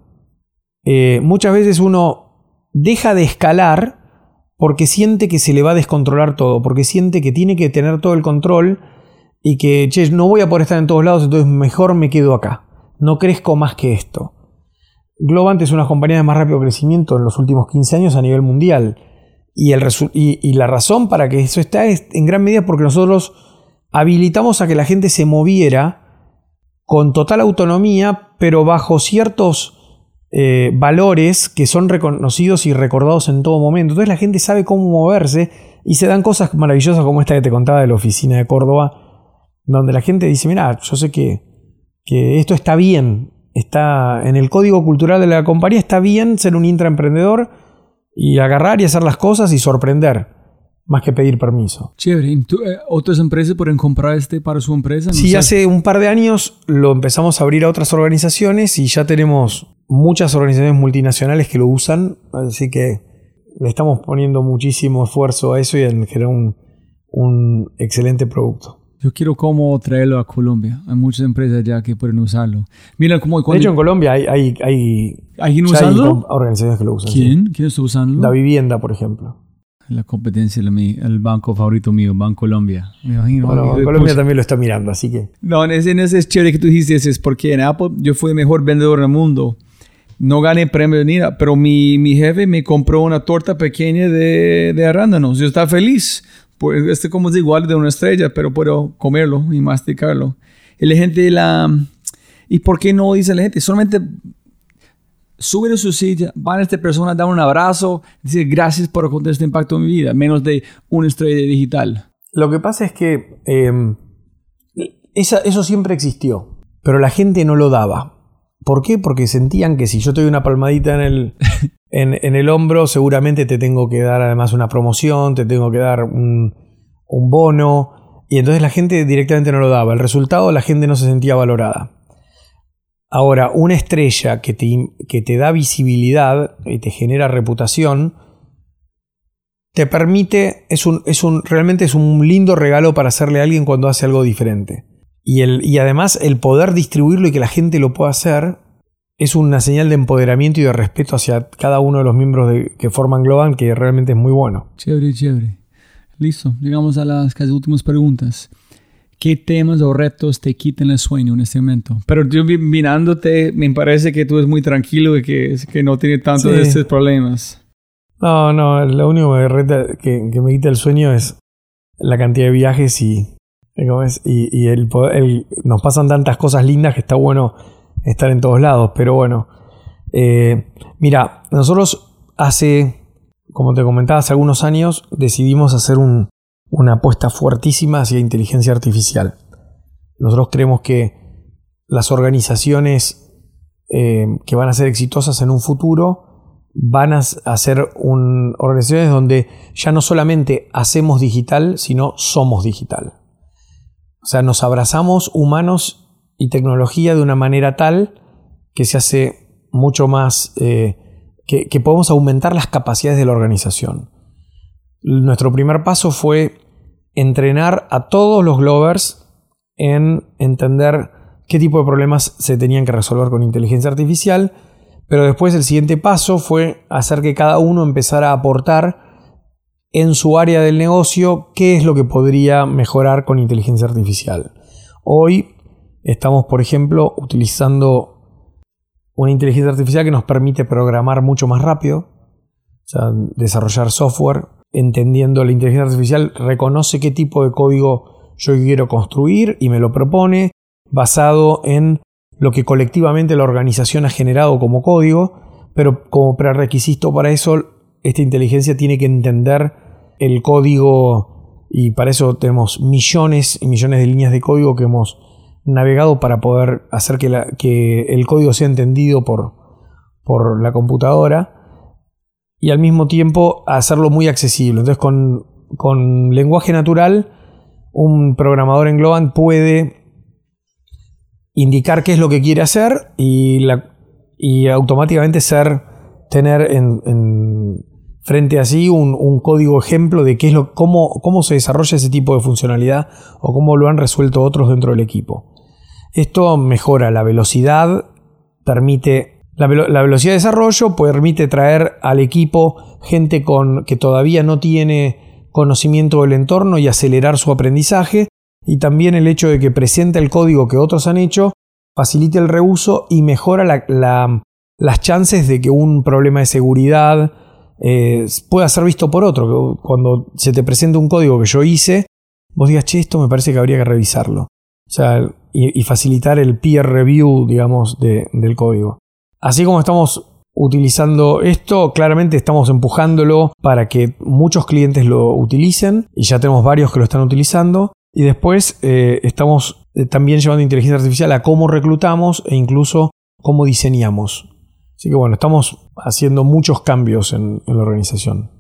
Speaker 5: muchas veces uno deja de escalar porque siente que se le va a descontrolar todo, porque siente que tiene que tener todo el control y que, no voy a poder estar en todos lados, entonces mejor me quedo acá. No crezco más que esto. Globant es una compañía de más rápido crecimiento en los últimos 15 años a nivel mundial. Y la razón para que eso está es en gran medida porque nosotros habilitamos a que la gente se moviera con total autonomía, pero bajo ciertos valores que son reconocidos y recordados en todo momento. Entonces la gente sabe cómo moverse y se dan cosas maravillosas como esta que te contaba de la oficina de Córdoba, donde la gente dice, mira, yo sé que esto está bien, está en el código cultural de la compañía, está bien ser un intraemprendedor y agarrar y hacer las cosas y sorprender. más que pedir permiso.
Speaker 1: Chévere. ¿Otras empresas pueden comprar para su empresa?
Speaker 5: Sí, hace un par de años lo empezamos a abrir a otras organizaciones y ya tenemos muchas organizaciones multinacionales que lo usan, así que le estamos poniendo muchísimo esfuerzo a eso y en generar un excelente producto.
Speaker 1: Yo quiero cómo traerlo a Colombia. Hay muchas empresas ya que pueden usarlo. Mira cómo...
Speaker 5: De hecho, en Colombia hay
Speaker 1: ¿Alguien usando?
Speaker 5: Organizaciones que lo usan.
Speaker 1: ¿Quién?
Speaker 5: Sí.
Speaker 1: ¿Quién está usando?
Speaker 5: La Vivienda, por ejemplo.
Speaker 1: La competencia, el banco favorito mío, Bancolombia. Me imagino.
Speaker 5: Bueno, Colombia también lo está mirando, así que...
Speaker 1: No, en ese es chévere que tú dijiste, es porque en Apple yo fui el mejor vendedor del mundo. No gané premio ni nada, pero mi jefe me compró una torta pequeña de arándanos. Yo estaba feliz. Pues como es igual de una estrella, pero puedo comerlo y masticarlo. Y la gente ¿y por qué no dice la gente? Solamente sube de su silla, van a esta persona, dan un abrazo, decir gracias por contar este impacto en mi vida, menos de una estrella digital.
Speaker 5: Lo que pasa es que eso siempre existió, pero la gente no lo daba. ¿Por qué? Porque sentían que si yo te doy una palmadita en el hombro, seguramente te tengo que dar además una promoción, te tengo que dar un bono, y entonces la gente directamente no lo daba. El resultado, la gente no se sentía valorada. Ahora, una estrella que te da visibilidad y te genera reputación, te permite, realmente es un lindo regalo para hacerle a alguien cuando hace algo diferente. Y además el poder distribuirlo y que la gente lo pueda hacer es una señal de empoderamiento y de respeto hacia cada uno de los miembros que forman Globant, que realmente es muy bueno.
Speaker 1: Chévere, chévere. Listo, llegamos a las casi últimas preguntas. ¿Qué temas o retos te quitan el sueño en este momento? Pero yo mirándote, me parece que tú eres muy tranquilo y que no tienes tantos de estos problemas.
Speaker 5: No, lo único que me quita el sueño es la cantidad de viajes y el poder, nos pasan tantas cosas lindas que está bueno estar en todos lados. Pero bueno, mira, nosotros como te comentaba, hace algunos años decidimos hacer una apuesta fuertísima hacia inteligencia artificial. Nosotros creemos que las organizaciones que van a ser exitosas en un futuro van a ser organizaciones donde ya no solamente hacemos digital, sino somos digital. O sea, nos abrazamos humanos y tecnología de una manera tal que se hace mucho más, que podemos aumentar las capacidades de la organización. Nuestro primer paso fue entrenar a todos los Glovers en entender qué tipo de problemas se tenían que resolver con inteligencia artificial, pero después el siguiente paso fue hacer que cada uno empezara a aportar en su área del negocio qué es lo que podría mejorar con inteligencia artificial. Hoy estamos, por ejemplo, utilizando una inteligencia artificial que nos permite programar mucho más rápido, o sea, desarrollar software. Entendiendo la inteligencia artificial, reconoce qué tipo de código yo quiero construir y me lo propone basado en lo que colectivamente la organización ha generado como código, pero como prerequisito para eso, esta inteligencia tiene que entender el código y para eso tenemos millones y millones de líneas de código que hemos navegado para poder hacer que el código sea entendido por la computadora. Y al mismo tiempo hacerlo muy accesible. Entonces con lenguaje natural, un programador en Globant puede indicar qué es lo que quiere hacer y automáticamente tener frente a sí un código ejemplo de qué es cómo se desarrolla ese tipo de funcionalidad o cómo lo han resuelto otros dentro del equipo. Esto mejora la velocidad, permite... La velocidad de desarrollo permite traer al equipo gente que todavía no tiene conocimiento del entorno y acelerar su aprendizaje, y también el hecho de que presente el código que otros han hecho facilita el reuso y mejora las chances de que un problema de seguridad pueda ser visto por otro. Que cuando se te presenta un código que yo hice, vos digas, che, esto me parece que habría que revisarlo. O sea, y facilitar el peer review, digamos, del código. Así como estamos utilizando esto, claramente estamos empujándolo para que muchos clientes lo utilicen y ya tenemos varios que lo están utilizando. Y después estamos también llevando inteligencia artificial a cómo reclutamos e incluso cómo diseñamos. Así que bueno, estamos haciendo muchos cambios en la organización.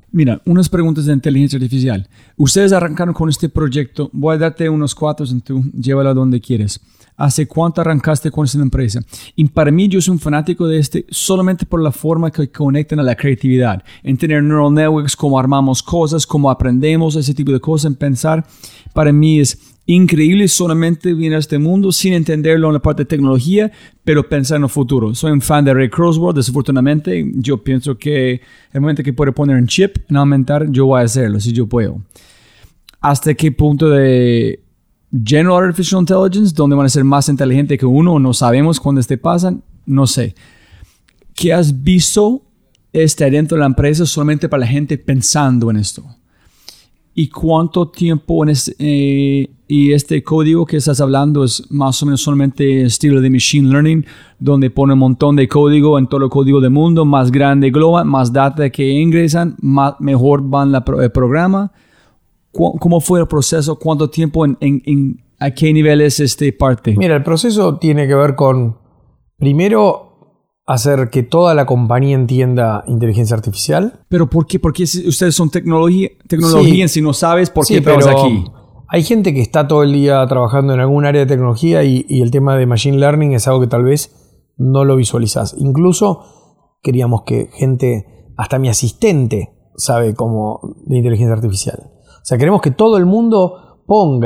Speaker 1: Mira, unas preguntas de inteligencia artificial. Ustedes arrancaron con este proyecto. Voy a darte unos cuantos y tú llévalo a donde quieres. ¿Hace cuánto arrancaste con esta empresa? Y para mí, yo soy un fanático de solamente por la forma que conectan a la creatividad. En tener neural networks, cómo armamos cosas, cómo aprendemos, ese tipo de cosas, en pensar. Para mí es increíble solamente venir a este mundo sin entenderlo en la parte de tecnología, pero pensar en el futuro. Soy un fan de Ray Kurzweil, desafortunadamente. Yo pienso que el momento que puedo poner un chip en aumentar, yo voy a hacerlo, si yo puedo. ¿Hasta qué punto de General Artificial Intelligence, donde van a ser más inteligentes que uno? No sabemos cuándo pasan, no sé. ¿Qué has visto dentro de la empresa solamente para la gente pensando en esto? ¿Y cuánto tiempo y este código que estás hablando es más o menos solamente estilo de Machine Learning, donde pone un montón de código en todo el código del mundo, más grande global, más data que ingresan, mejor van el programa? ¿Cómo fue el proceso? ¿Cuánto tiempo? ¿A qué nivel es parte?
Speaker 5: Mira, el proceso tiene que ver con, primero, hacer que toda la compañía entienda inteligencia artificial.
Speaker 1: ¿Pero por qué? Porque ustedes son tecnología
Speaker 5: Sí.
Speaker 1: si no sabes por qué
Speaker 5: Sí,
Speaker 1: trabajas
Speaker 5: pero
Speaker 1: aquí.
Speaker 5: hay gente que está todo el día trabajando en algún área de tecnología y el tema de Machine Learning es algo que tal vez no lo visualizas. Incluso queríamos que gente, hasta mi asistente, sabe cómo de inteligencia artificial. O sea, queremos que todo el mundo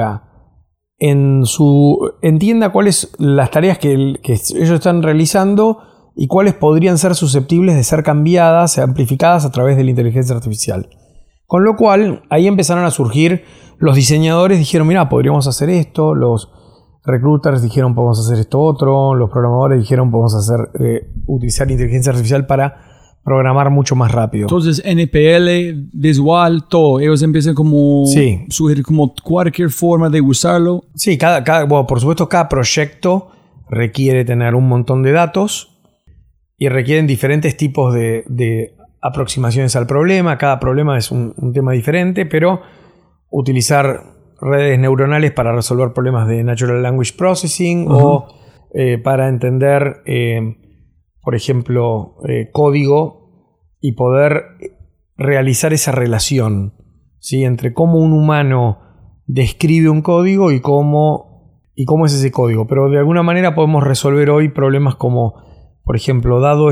Speaker 5: entienda cuáles las tareas que ellos están realizando y cuáles podrían ser susceptibles de ser cambiadas, amplificadas a través de la inteligencia artificial. Con lo cual, ahí empezaron a surgir los diseñadores, dijeron, mira, podríamos hacer esto, los recruiters dijeron, podemos hacer esto otro, los programadores dijeron, podemos utilizar inteligencia artificial para programar mucho más rápido.
Speaker 1: Entonces, NPL, visual, todo. Ellos empiezan como sugerir como cualquier forma de usarlo.
Speaker 5: Sí, bueno, por supuesto, cada proyecto requiere tener un montón de datos y requieren diferentes tipos de aproximaciones al problema. Cada problema es un tema diferente, pero utilizar redes neuronales para resolver problemas de Natural Language Processing o para entender, por ejemplo, código y poder realizar esa relación, ¿sí?, entre cómo un humano describe un código y cómo es ese código. Pero de alguna manera podemos resolver hoy problemas como, por ejemplo, dado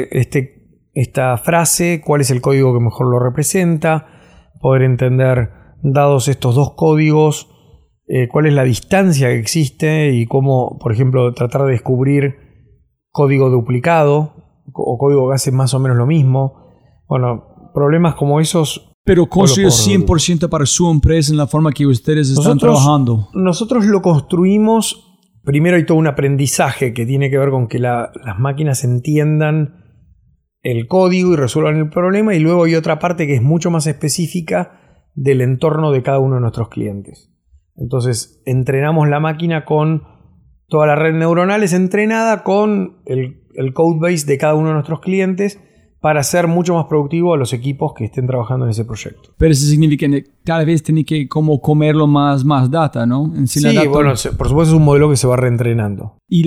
Speaker 5: esta frase, cuál es el código que mejor lo representa, poder entender, dados estos dos códigos, cuál es la distancia que existe y cómo, por ejemplo, tratar de descubrir código duplicado o código que hace más o menos lo mismo. Bueno, problemas como esos.
Speaker 1: Pero construyó 100% para su empresa en la forma que ustedes están trabajando.
Speaker 5: Nosotros lo construimos. Primero hay todo un aprendizaje que tiene que ver con que las máquinas entiendan el código y resuelvan el problema, y luego hay otra parte que es mucho más específica del entorno de cada uno de nuestros clientes. Entonces entrenamos la máquina con toda la red neuronal, es entrenada con el codebase de cada uno de nuestros clientes para ser mucho más productivo a los equipos que estén trabajando en ese proyecto.
Speaker 1: Pero eso significa que cada vez tiene que como comerlo más data, ¿no?
Speaker 5: Sí, bueno, por supuesto es un modelo que se va reentrenando.
Speaker 1: Y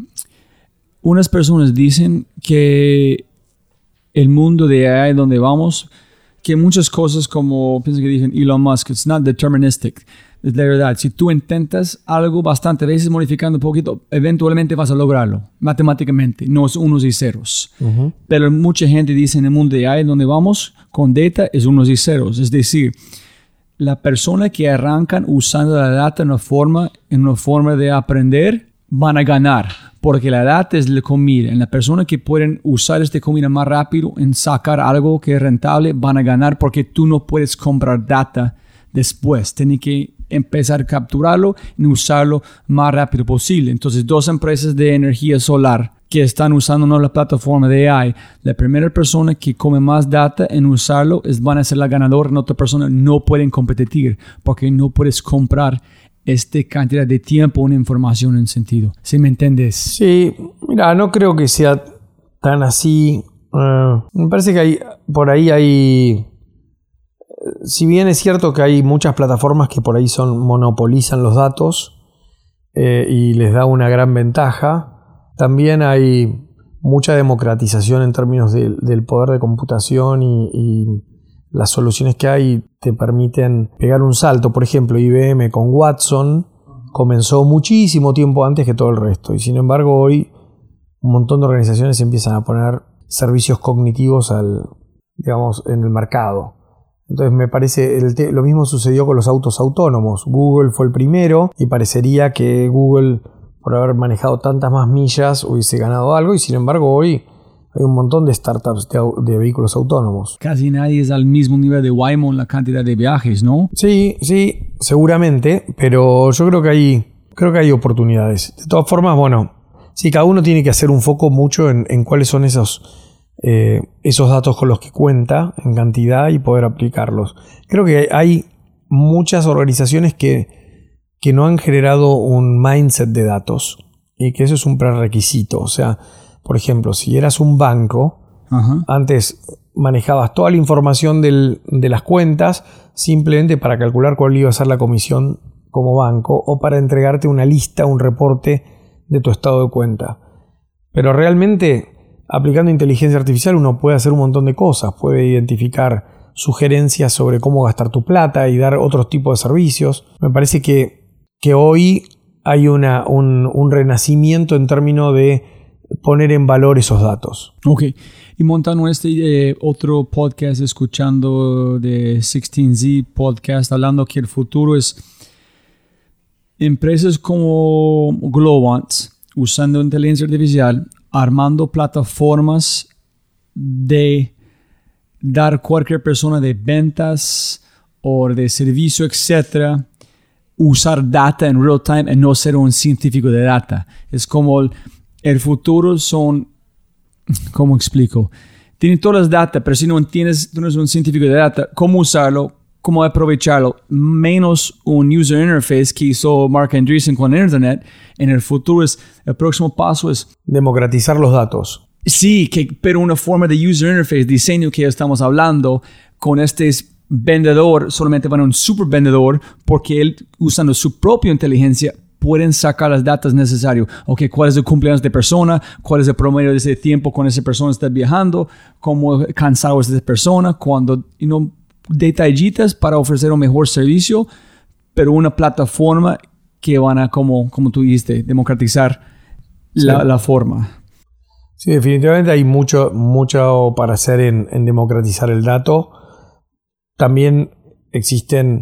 Speaker 1: unas personas dicen que el mundo de AI donde vamos, que muchas cosas como, pienso que dicen Elon Musk, it's not deterministic. Es la verdad, si tú intentas algo bastante veces modificando un poquito, eventualmente vas a lograrlo, matemáticamente, no es unos y ceros. Pero mucha gente dice en el mundo de AI donde vamos, con data es unos y ceros. Es decir, la persona que arrancan usando la data en una forma de aprender, van a ganar, porque la data es la comida. En la persona que pueden usar esta comida más rápido en sacar algo que es rentable, van a ganar, porque tú no puedes comprar data después. Tienes que empezar a capturarlo y usarlo más rápido posible. Entonces, dos empresas de energía solar que están usando la plataforma de AI, la primera persona que come más data en usarlo van a ser la ganadora, en otra persona no pueden competir porque no puedes comprar esta cantidad de tiempo, una información en sentido. ¿Sí me entiendes?
Speaker 5: Sí, mira, no creo que sea tan así. Me parece que por ahí hay... Si bien es cierto que hay muchas plataformas que por ahí monopolizan los datos y les da una gran ventaja, también hay mucha democratización en términos del poder de computación y las soluciones que hay te permiten pegar un salto. Por ejemplo, IBM con Watson comenzó muchísimo tiempo antes que todo el resto, y sin embargo hoy un montón de organizaciones empiezan a poner servicios cognitivos en el mercado. Entonces me parece, lo mismo sucedió con los autos autónomos. Google fue el primero y parecería que Google, por haber manejado tantas más millas, hubiese ganado algo, y sin embargo hoy hay un montón de startups de vehículos autónomos.
Speaker 1: Casi nadie es al mismo nivel de Waymo en la cantidad de viajes, ¿no?
Speaker 5: Sí, seguramente, pero yo creo que hay oportunidades. De todas formas, bueno, sí, cada uno tiene que hacer un foco mucho en cuáles son esos datos con los que cuenta en cantidad y poder aplicarlos. Creo que hay muchas organizaciones que no han generado un mindset de datos, y que eso es un prerequisito. O sea, por ejemplo, si eras un banco, antes manejabas toda la información de las cuentas simplemente para calcular cuál iba a ser la comisión como banco, o para entregarte una lista, un reporte de tu estado de cuenta. Pero realmente, aplicando inteligencia artificial, uno puede hacer un montón de cosas. Puede identificar sugerencias sobre cómo gastar tu plata y dar otros tipos de servicios. Me parece que hoy hay un renacimiento en términos de poner en valor esos datos.
Speaker 1: Ok. Y montando otro podcast, escuchando de 16Z podcast, hablando que el futuro es empresas como Globant, usando inteligencia artificial, armando plataformas de dar cualquier persona de ventas o de servicio, etcétera, usar data en real time y no ser un científico de data. Es como el futuro son, ¿cómo explico? Tienen todas las data, pero si tú no eres un científico de data, ¿cómo usarlo? ¿Cómo aprovecharlo? Menos un user interface que hizo Marc Andreessen con Internet. En el futuro el próximo paso es
Speaker 5: democratizar los datos.
Speaker 1: Sí, pero una forma de user interface, diseño que estamos hablando, con este vendedor, solamente van a un super vendedor, porque él, usando su propia inteligencia, pueden sacar las datos necesarias. Ok, ¿cuál es el cumpleaños de persona? ¿Cuál es el promedio de ese tiempo cuando esa persona está viajando? ¿Cómo cansado es esa persona? Cuando, detallitas para ofrecer un mejor servicio, pero una plataforma que van a, como tú dijiste, democratizar la forma.
Speaker 5: Sí, definitivamente hay mucho para hacer en democratizar el dato. También existen,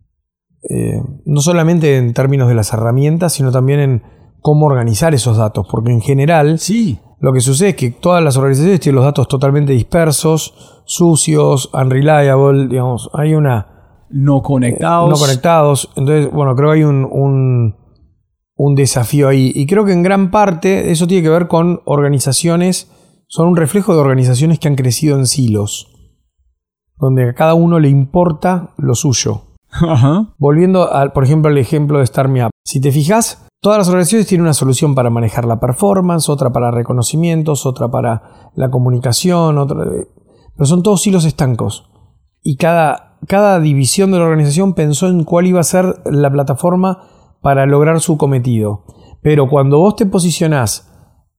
Speaker 5: no solamente en términos de las herramientas, sino también en cómo organizar esos datos, porque en general lo que sucede es que todas las organizaciones tienen los datos totalmente dispersos, sucios, unreliable, digamos, hay
Speaker 1: no conectados.
Speaker 5: Entonces, bueno, creo que hay un desafío ahí, y creo que en gran parte eso tiene que ver con organizaciones, son un reflejo de organizaciones que han crecido en silos, donde a cada uno le importa lo suyo. Volviendo por ejemplo al ejemplo de StarMeUp, si te fijas, todas las organizaciones tienen una solución para manejar la performance, otra para reconocimientos, otra para la comunicación, pero son todos silos estancos, y cada división de la organización pensó en cuál iba a ser la plataforma para lograr su cometido. Pero cuando vos te posicionás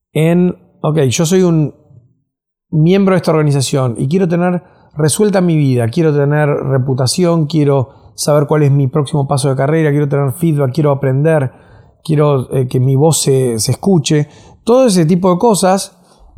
Speaker 5: yo soy un miembro de esta organización y quiero tener resuelta mi vida, quiero tener reputación, quiero saber cuál es mi próximo paso de carrera, quiero tener feedback, quiero aprender, quiero que mi voz se escuche, todo ese tipo de cosas,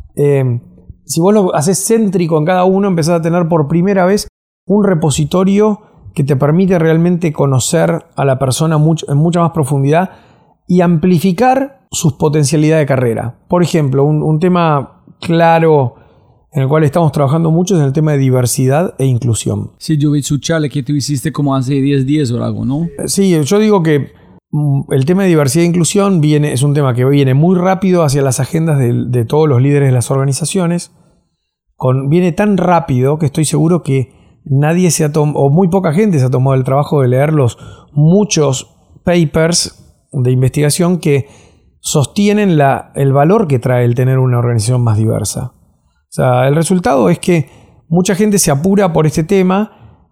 Speaker 5: si vos lo haces céntrico en cada uno, empezás a tener por primera vez un repositorio que te permite realmente conocer a la persona en mucha más profundidad y amplificar sus potencialidades de carrera. Por ejemplo, un tema claro en el cual estamos trabajando mucho es el tema de diversidad e inclusión.
Speaker 1: Sí, yo vi su charla que tú hiciste como hace 10 días o algo, ¿no?
Speaker 5: Sí, yo digo que el tema de diversidad e inclusión es un tema que viene muy rápido hacia las agendas de todos los líderes de las organizaciones. Viene tan rápido que estoy seguro que nadie o muy poca gente se ha tomado el trabajo de leer los muchos papers de investigación que sostienen el valor que trae el tener una organización más diversa. O sea, el resultado es que mucha gente se apura por este tema,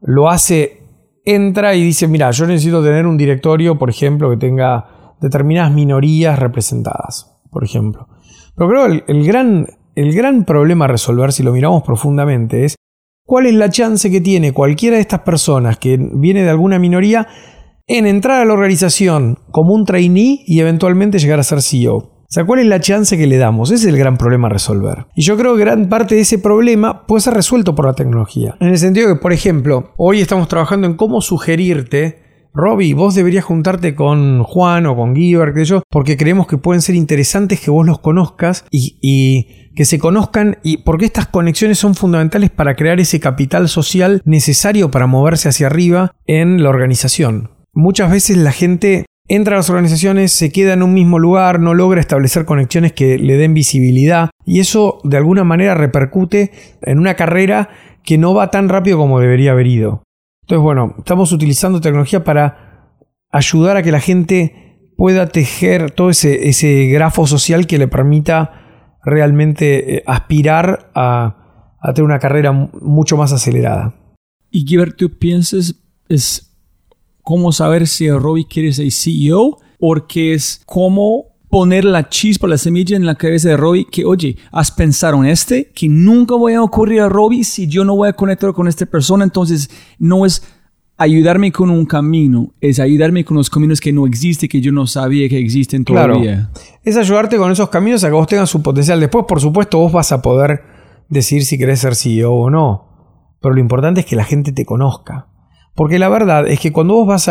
Speaker 5: entra y dice, mira, yo necesito tener un directorio, por ejemplo, que tenga determinadas minorías representadas, por ejemplo. Pero creo que el gran problema a resolver, si lo miramos profundamente, es ¿cuál es la chance que tiene cualquiera de estas personas que viene de alguna minoría en entrar a la organización como un trainee y eventualmente llegar a ser CEO? O sea, ¿cuál es la chance que le damos? Ese es el gran problema a resolver. Y yo creo que gran parte de ese problema puede ser resuelto por la tecnología. En el sentido que, por ejemplo, hoy estamos trabajando en cómo sugerirte: Robbie, vos deberías juntarte con Juan o con Giver, qué sé yo, porque creemos que pueden ser interesantes que vos los conozcas y que se conozcan, y porque estas conexiones son fundamentales para crear ese capital social necesario para moverse hacia arriba en la organización. Muchas veces la gente entra a las organizaciones, se queda en un mismo lugar, no logra establecer conexiones que le den visibilidad, y eso de alguna manera repercute en una carrera que no va tan rápido como debería haber ido. Entonces, bueno, estamos utilizando tecnología para ayudar a que la gente pueda tejer todo ese grafo social que le permita realmente aspirar a tener una carrera mucho más acelerada.
Speaker 1: Y Giver, ¿tú piensas es cómo saber si Robbie quiere ser CEO? Porque es cómo poner la chispa, la semilla en la cabeza de Robbie que, oye, ¿has pensado en que nunca voy a ocurrir a Robbie si yo no voy a conectar con esta persona? Entonces no es ayudarme con un camino, es ayudarme con los caminos que no existen, que yo no sabía que existen todavía.
Speaker 5: Claro, es ayudarte con esos caminos a que vos tengas su potencial. Después, por supuesto, vos vas a poder decidir si querés ser CEO o no, pero lo importante es que la gente te conozca. Porque la verdad es que cuando vos vas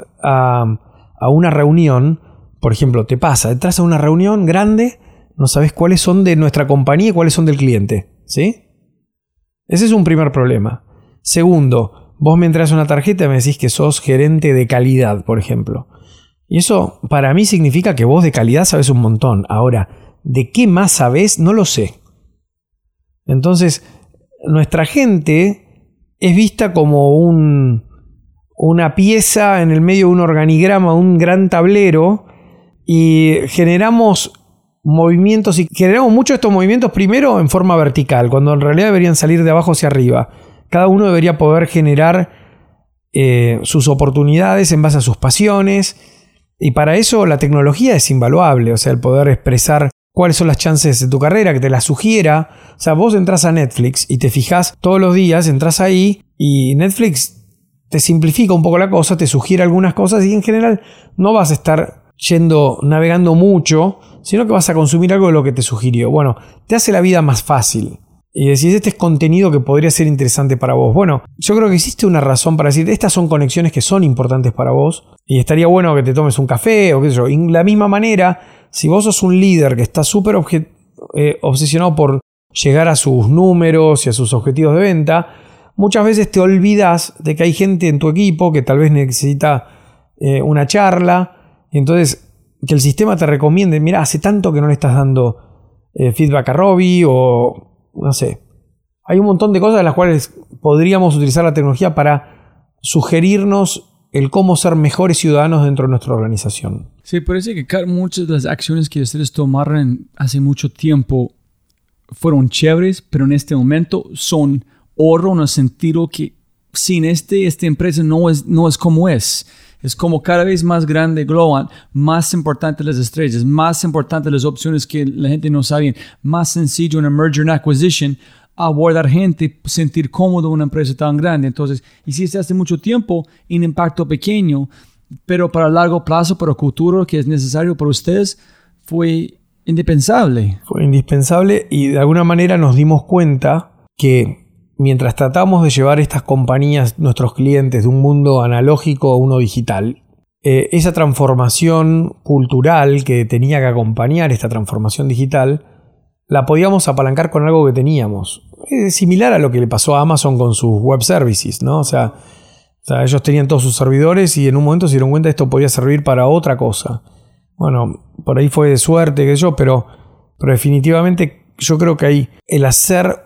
Speaker 5: a una reunión, por ejemplo, te pasa, entras a una reunión grande, no sabes cuáles son de nuestra compañía y cuáles son del cliente, ¿sí? Ese es un primer problema. Segundo, vos me entras una tarjeta y me decís que sos gerente de calidad, por ejemplo. Y eso para mí significa que vos de calidad sabés un montón. Ahora, ¿de qué más sabés? No lo sé. Entonces, nuestra gente es vista como una pieza en el medio de un organigrama, un gran tablero, y generamos movimientos, y generamos muchos de estos movimientos primero en forma vertical, cuando en realidad deberían salir de abajo hacia arriba. Cada uno debería poder generar sus oportunidades en base a sus pasiones, y para eso la tecnología es invaluable. O sea, el poder expresar cuáles son las chances de tu carrera, que te las sugiera. O sea, vos entras a Netflix y te fijas todos los días, entras ahí y Netflix te simplifica un poco la cosa, te sugiere algunas cosas, y en general no vas a estar navegando mucho, sino que vas a consumir algo de lo que te sugirió. Bueno, te hace la vida más fácil. Y decís, este es contenido que podría ser interesante para vos. Bueno, yo creo que existe una razón para decir, estas son conexiones que son importantes para vos, y estaría bueno que te tomes un café o qué sé yo. Y de la misma manera, si vos sos un líder que está súper obsesionado por llegar a sus números y a sus objetivos de venta, muchas veces te olvidas de que hay gente en tu equipo que tal vez necesita una charla, y entonces que el sistema te recomiende, mira, hace tanto que no le estás dando feedback a Robbie, o no sé. Hay un montón de cosas en las cuales podríamos utilizar la tecnología para sugerirnos el cómo ser mejores ciudadanos dentro de nuestra organización.
Speaker 1: Sí, parece que muchas de las acciones que ustedes tomaron hace mucho tiempo fueron chéveres, pero en este momento son oro, en el sentido que sin esta empresa no es como es. Es como cada vez más grande global, más importante las estrellas, más importante las opciones que la gente no sabía, más sencillo una merger and acquisition, abordar gente, sentir cómodo en una empresa tan grande. Entonces, hiciste hace mucho tiempo un impacto pequeño, pero para largo plazo, para el futuro que es necesario para ustedes, fue indispensable.
Speaker 5: Fue indispensable, y de alguna manera nos dimos cuenta que mientras tratamos de llevar estas compañías, nuestros clientes, de un mundo analógico a uno digital, esa transformación cultural que tenía que acompañar esta transformación digital, la podíamos apalancar con algo que teníamos. Es similar a lo que le pasó a Amazon con sus web services, ¿no? O sea, ellos tenían todos sus servidores y en un momento se dieron cuenta que esto podía servir para otra cosa. Bueno, por ahí fue de suerte, pero definitivamente yo creo que ahí el hacer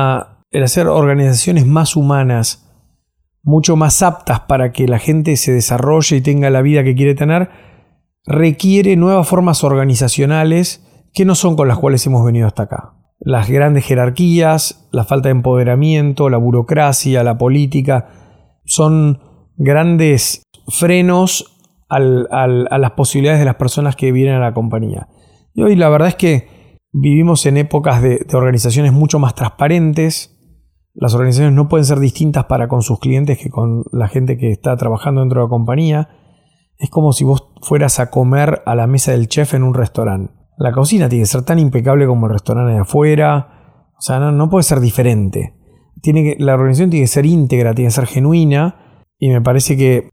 Speaker 5: organizaciones más humanas, mucho más aptas para que la gente se desarrolle y tenga la vida que quiere tener, requiere nuevas formas organizacionales que no son con las cuales hemos venido hasta acá. Las grandes jerarquías, la falta de empoderamiento, la burocracia, la política, son grandes frenos a las posibilidades de las personas que vienen a la compañía. Y hoy la verdad es que vivimos en épocas de organizaciones mucho más transparentes. las organizaciones no pueden ser distintas para con sus clientes que con la gente que está trabajando dentro de la compañía. Es como si vos fueras a comer a la mesa del chef en un restaurante. La cocina tiene que ser tan impecable como el restaurante de afuera. O sea, no puede ser diferente. La organización tiene que ser íntegra, tiene que ser genuina. Y me parece que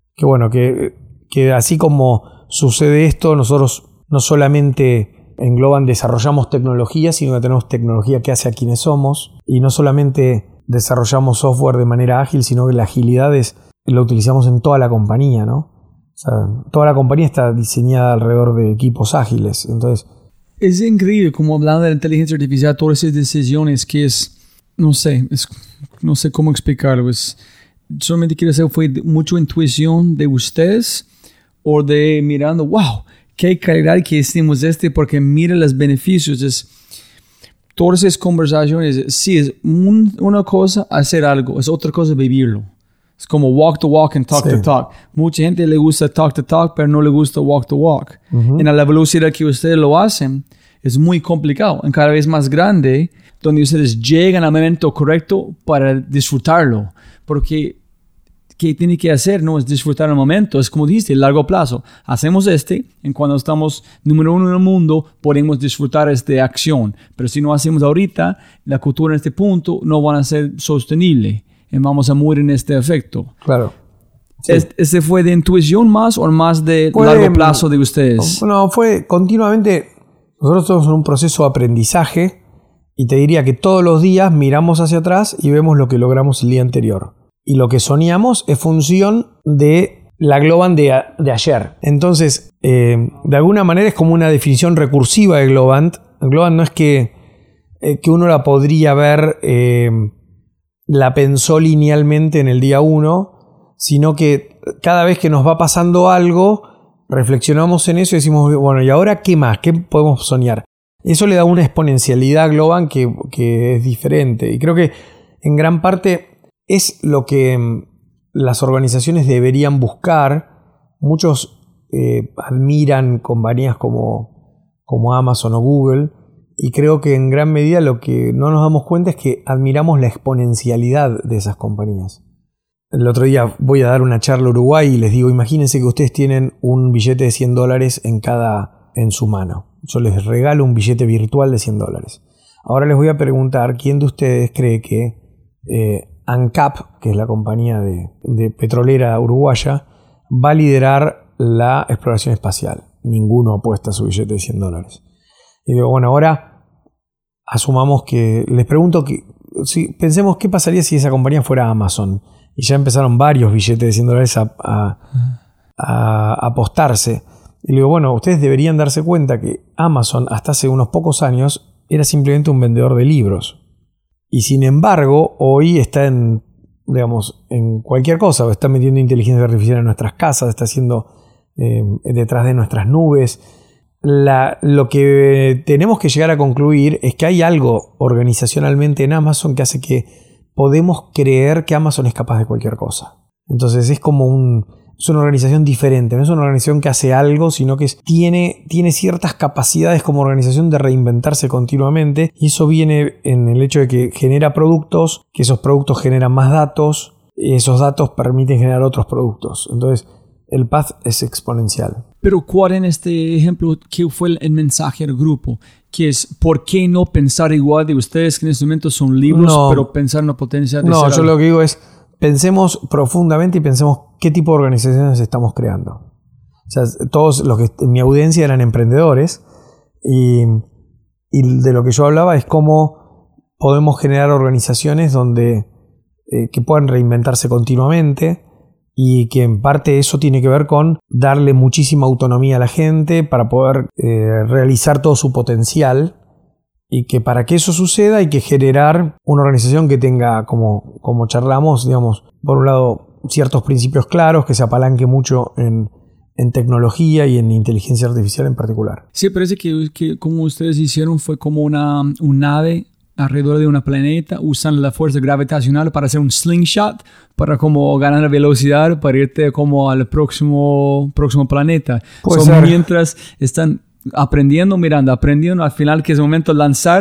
Speaker 5: así como sucede esto, nosotros no solamente en Globant desarrollamos tecnología, sino que tenemos tecnología que hace a quienes somos. Y no solamente desarrollamos software de manera ágil, sino que la agilidad lo utilizamos en toda la compañía, ¿no? O sea, toda la compañía está diseñada alrededor de equipos ágiles. Entonces,
Speaker 1: es increíble como hablando de la inteligencia artificial, todas esas decisiones que no sé cómo explicarlo. Solamente quiero saber, ¿fue mucha intuición de ustedes o de mirando, wow, qué calidad que hicimos porque mira los beneficios? Todas esas conversaciones, sí, es una cosa hacer algo, es otra cosa vivirlo. Es como walk the walk and talk the talk. Mucha gente le gusta talk the talk, pero no le gusta walk the walk. Uh-huh. En la velocidad que ustedes lo hacen, es muy complicado. En cada vez más grande, donde ustedes llegan al momento correcto para disfrutarlo. Porque, ¿qué tiene que hacer? No es disfrutar el momento. Es como dijiste, largo plazo. Hacemos en cuando estamos número 1 en el mundo, podemos disfrutar esta acción. Pero si no hacemos ahorita, la cultura en este punto no van a ser sostenible. Y vamos a morir en este efecto.
Speaker 5: Claro. Sí.
Speaker 1: ¿Este fue de intuición más o más de largo plazo de ustedes?
Speaker 5: No, fue continuamente. Nosotros estamos en un proceso de aprendizaje y te diría que todos los días miramos hacia atrás y vemos lo que logramos el día anterior. Y lo que soñamos es función de la Globant de ayer. Entonces, de alguna manera es como una definición recursiva de Globant. Globant no es que uno la podría ver... la pensó linealmente en el día 1, sino que cada vez que nos va pasando algo, reflexionamos en eso y decimos, bueno, ¿y ahora qué más? ¿Qué podemos soñar? Eso le da una exponencialidad a Globant que es diferente. Y creo que en gran parte es lo que las organizaciones deberían buscar. Muchos admiran compañías como Amazon o Google. Y creo que en gran medida lo que no nos damos cuenta es que admiramos la exponencialidad de esas compañías. El otro día voy a dar una charla a Uruguay y les digo, imagínense que ustedes tienen un billete de $100 en su mano. Yo les regalo un billete virtual de $100. Ahora les voy a preguntar, ¿quién de ustedes cree que ANCAP, que es la compañía de petrolera uruguaya, va a liderar la exploración espacial? Ninguno apuesta su billete de $100. Y digo, bueno, ahora asumamos que... Les pregunto pensemos qué pasaría si esa compañía fuera Amazon. Y ya empezaron varios billetes de $100 a apostarse. Y le digo, bueno, ustedes deberían darse cuenta que Amazon hasta hace unos pocos años era simplemente un vendedor de libros. Y sin embargo, hoy está en cualquier cosa. Está metiendo inteligencia artificial en nuestras casas, está haciendo detrás de nuestras nubes. Lo que tenemos que llegar a concluir es que hay algo organizacionalmente en Amazon que hace que podemos creer que Amazon es capaz de cualquier cosa. Entonces es una organización diferente, no es una organización que hace algo, sino que tiene ciertas capacidades como organización de reinventarse continuamente, y eso viene en el hecho de que genera productos, que esos productos generan más datos, y esos datos permiten generar otros productos. Entonces el path es exponencial.
Speaker 1: Pero ¿cuál en este ejemplo qué fue el mensaje del grupo? Que es, ¿por qué no pensar igual de ustedes que en este momento son libros, pero pensar en la potencia de
Speaker 5: ser yo lo que digo es, pensemos profundamente y pensemos qué tipo de organizaciones estamos creando. O sea, todos los que en mi audiencia eran emprendedores y de lo que yo hablaba es cómo podemos generar organizaciones donde que puedan reinventarse continuamente. Y que en parte eso tiene que ver con darle muchísima autonomía a la gente para poder realizar todo su potencial, y que para que eso suceda hay que generar una organización que tenga, como charlamos, digamos, por un lado ciertos principios claros, que se apalanque mucho en tecnología y en inteligencia artificial en particular.
Speaker 1: Sí, parece que como ustedes hicieron fue como una nave alrededor de un planeta, usan la fuerza gravitacional para hacer un slingshot, para como ganar velocidad, para irte como al próximo planeta. Mientras están aprendiendo, al final que es el momento de lanzar,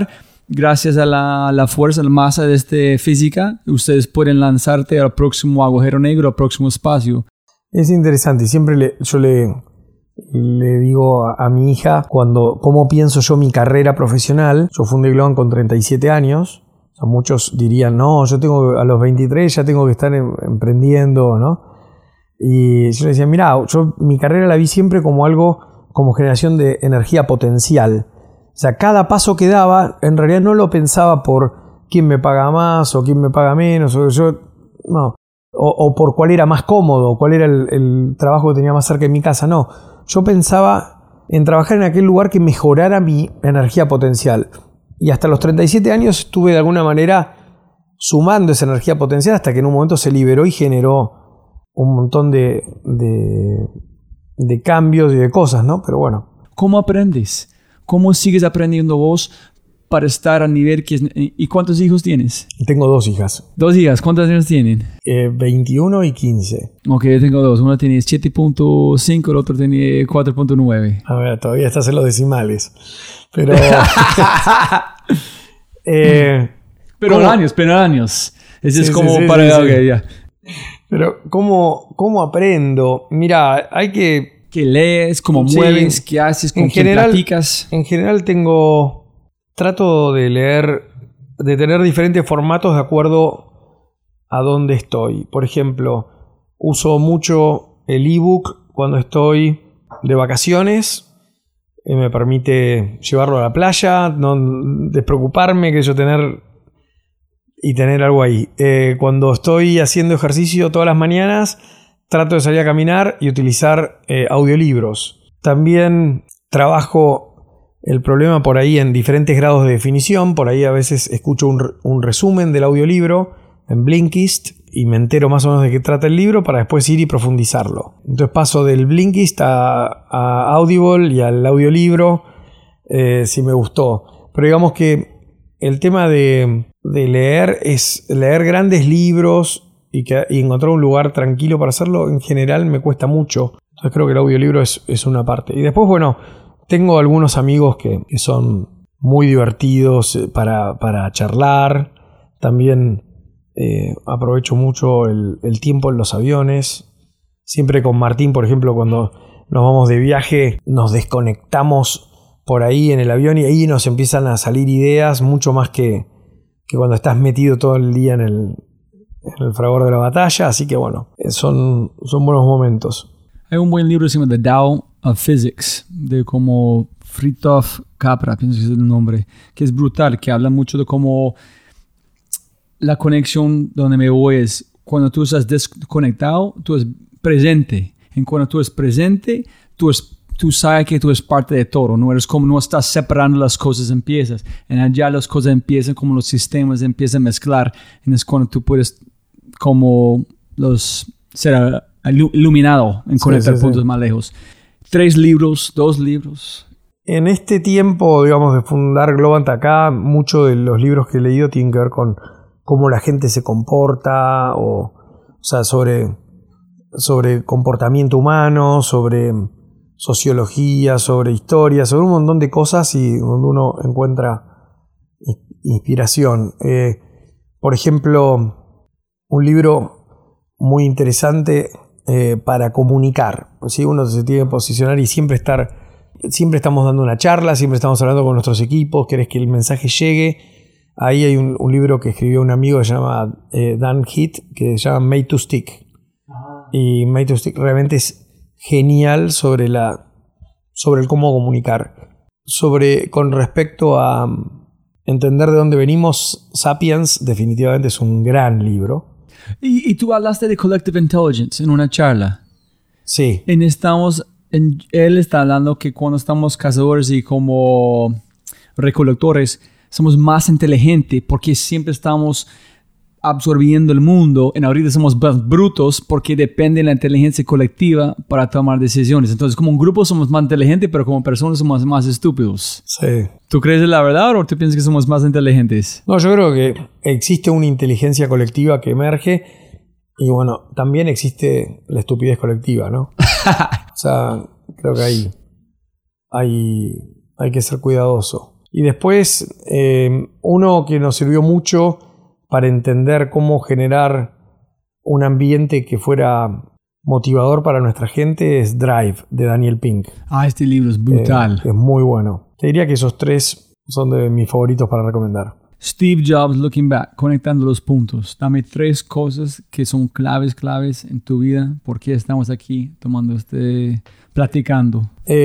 Speaker 1: gracias a la fuerza, la masa de esta física, ustedes pueden lanzarte al próximo agujero negro, al próximo espacio.
Speaker 5: Es interesante y siempre yo le digo a mi hija cómo pienso yo mi carrera profesional. Yo fundé Globant con 37 años. O sea, muchos dirían, no, yo a los 23 ya tengo que estar emprendiendo, ¿no? Y yo le decía, mira, yo mi carrera la vi siempre como algo, como generación de energía potencial. O sea, cada paso que daba, en realidad no lo pensaba por quién me paga más o quién me paga menos, o por cuál era más cómodo, cuál era el trabajo que tenía más cerca de mi casa, no. Yo pensaba en trabajar en aquel lugar que mejorara mi energía potencial. Y hasta los 37 años estuve de alguna manera sumando esa energía potencial hasta que en un momento se liberó y generó un montón de cambios y de cosas, ¿no? Pero bueno.
Speaker 1: ¿Cómo aprendes? ¿Cómo sigues aprendiendo vos para estar al nivel que es? ¿Y cuántos hijos tienes?
Speaker 5: Tengo 2 hijas.
Speaker 1: 2 hijas. ¿Cuántos años tienen?
Speaker 5: 21 y 15.
Speaker 1: Ok, yo tengo 2. Uno tiene 7.5, el otro tiene 4.9.
Speaker 5: A ver, todavía estás en los decimales. Pero...
Speaker 1: pero años. Ese es como
Speaker 5: sí,
Speaker 1: para...
Speaker 5: sí.
Speaker 1: Okay, ya.
Speaker 5: Pero, ¿cómo aprendo? Mira, hay que...
Speaker 1: ¿Qué lees? ¿Cómo mueves? ¿Qué haces? ¿Con quién platicas?
Speaker 5: En general trato de leer, de tener diferentes formatos de acuerdo a dónde estoy. Por ejemplo, uso mucho el ebook cuando estoy de vacaciones. Me permite llevarlo a la playa, no despreocuparme, que yo tener algo ahí. Cuando estoy haciendo ejercicio todas las mañanas, trato de salir a caminar y utilizar audiolibros. También trabajo el problema por ahí en diferentes grados de definición. Por ahí a veces escucho un resumen del audiolibro en Blinkist y me entero más o menos de qué trata el libro para después ir y profundizarlo. Entonces paso del Blinkist a Audible y al audiolibro si me gustó. Pero digamos que el tema de leer es leer grandes libros y encontrar un lugar tranquilo para hacerlo. En general me cuesta mucho. Entonces creo que el audiolibro es una parte. Y después, bueno, tengo algunos amigos que son muy divertidos para charlar. También aprovecho mucho el tiempo en los aviones. Siempre con Martín, por ejemplo, cuando nos vamos de viaje, nos desconectamos por ahí en el avión y ahí nos empiezan a salir ideas mucho más que cuando estás metido todo el día en el fragor de la batalla. Así que bueno, son buenos momentos.
Speaker 1: Hay un buen libro que se llama The Tao of Physics, de como Fritjof Capra, pienso que es el nombre, que es brutal, que habla mucho de cómo la conexión donde me voy es cuando tú estás desconectado, tú eres presente. En cuando tú eres presente, tú sabes que tú eres parte de todo. No eres como, no estás separando las cosas, empiezas. En allá las cosas empiezan como los sistemas empiezan a mezclar. Y es cuando tú puedes como ser iluminado en conectar puntos más lejos. 3 libros, 2 libros.
Speaker 5: En este tiempo, digamos, de fundar Globant acá, muchos de los libros que he leído tienen que ver con cómo la gente se comporta, o sea, sobre comportamiento humano, sobre sociología, sobre historia, sobre un montón de cosas y donde uno encuentra inspiración. Por ejemplo, un libro muy interesante para comunicar. ¿Sí? Uno se tiene que posicionar y siempre estamos dando una charla, siempre estamos hablando con nuestros equipos, querés que el mensaje llegue. Ahí hay un libro que escribió un amigo que se llama Dan Heath, que se llama Made to Stick. Y Made to Stick realmente es genial sobre el cómo comunicar. Con respecto a entender de dónde venimos, Sapiens definitivamente es un gran libro.
Speaker 1: Y tú hablaste de Collective Intelligence en una charla.
Speaker 5: Sí.
Speaker 1: Él está hablando que cuando estamos cazadores y como recolectores, somos más inteligentes porque siempre estamos absorbiendo el mundo. En ahorita somos más brutos porque depende de la inteligencia colectiva para tomar decisiones. Entonces, como un grupo somos más inteligentes, pero como personas somos más estúpidos.
Speaker 5: Sí.
Speaker 1: ¿Tú crees en la verdad o tú piensas que somos más inteligentes?
Speaker 5: No, yo creo que existe una inteligencia colectiva que emerge y bueno, también existe la estupidez colectiva, ¿no? O sea, creo que hay que ser cuidadoso. Y después, uno que nos sirvió mucho para entender cómo generar un ambiente que fuera motivador para nuestra gente es Drive, de Daniel Pink.
Speaker 1: Este libro es brutal.
Speaker 5: Es muy bueno. Te diría que esos 3 son de mis favoritos para recomendar.
Speaker 1: Steve Jobs, Looking Back, conectando los puntos. Dame 3 cosas que son claves en tu vida. ¿Por qué estamos aquí platicando?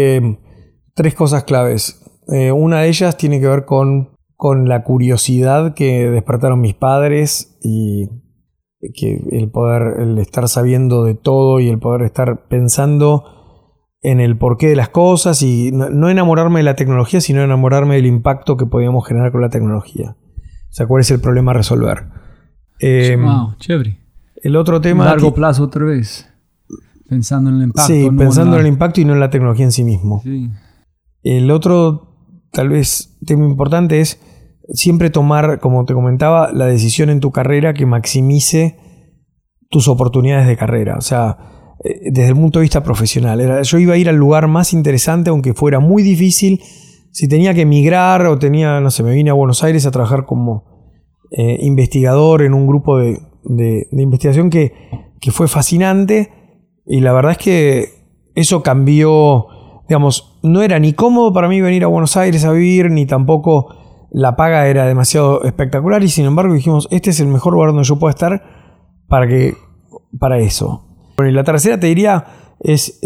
Speaker 5: 3 cosas claves. Una de ellas tiene que ver con la curiosidad que despertaron mis padres y que el estar sabiendo de todo y el poder estar pensando en el porqué de las cosas y no enamorarme de la tecnología, sino enamorarme del impacto que podíamos generar con la tecnología. O sea, ¿cuál es el problema a resolver?
Speaker 1: Wow, chévere.
Speaker 5: El otro tema...
Speaker 1: Largo plazo otra vez. Pensando en el impacto.
Speaker 5: Sí, pensando en el impacto y no en la tecnología en sí mismo.
Speaker 1: Sí.
Speaker 5: El otro, tal vez, tema importante es siempre tomar, como te comentaba, la decisión en tu carrera que maximice tus oportunidades de carrera. O sea, desde el punto de vista profesional. Yo iba a ir al lugar más interesante, aunque fuera muy difícil. Si tenía que emigrar o me vine a Buenos Aires a trabajar como investigador en un grupo de investigación que fue fascinante. Y la verdad es que eso cambió, digamos, no era ni cómodo para mí venir a Buenos Aires a vivir, ni tampoco la paga era demasiado espectacular. Y sin embargo dijimos, este es el mejor lugar donde yo puedo estar para eso. Bueno, y la tercera te diría es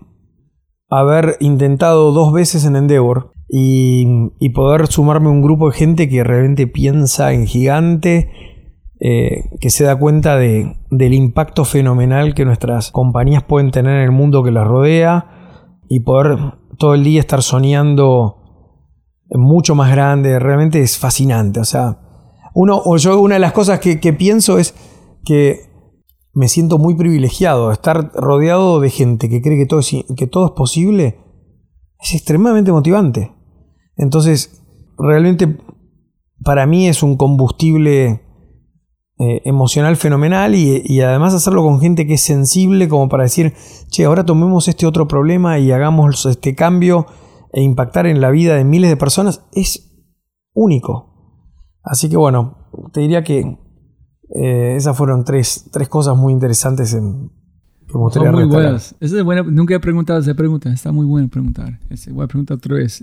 Speaker 5: haber intentado 2 veces en Endeavor y poder sumarme a un grupo de gente que realmente piensa en gigante, que se da cuenta del impacto fenomenal que nuestras compañías pueden tener en el mundo que las rodea y poder todo el día estar soñando mucho más grande. Realmente es fascinante. O sea, una de las cosas que pienso es que me siento muy privilegiado. Estar rodeado de gente que cree que todo es posible es extremadamente motivante. Entonces, realmente para mí es un combustible emocional fenomenal y además hacerlo con gente que es sensible como para decir, che, ahora tomemos este otro problema y hagamos este cambio e impactar en la vida de miles de personas es único. Así que bueno, te diría que esas fueron tres cosas muy interesantes que me gustaría
Speaker 1: muy
Speaker 5: restaurar.
Speaker 1: buenas. Esa es buena. Nunca he preguntado esa pregunta. Está muy buena preguntar. Voy a preguntar otra vez.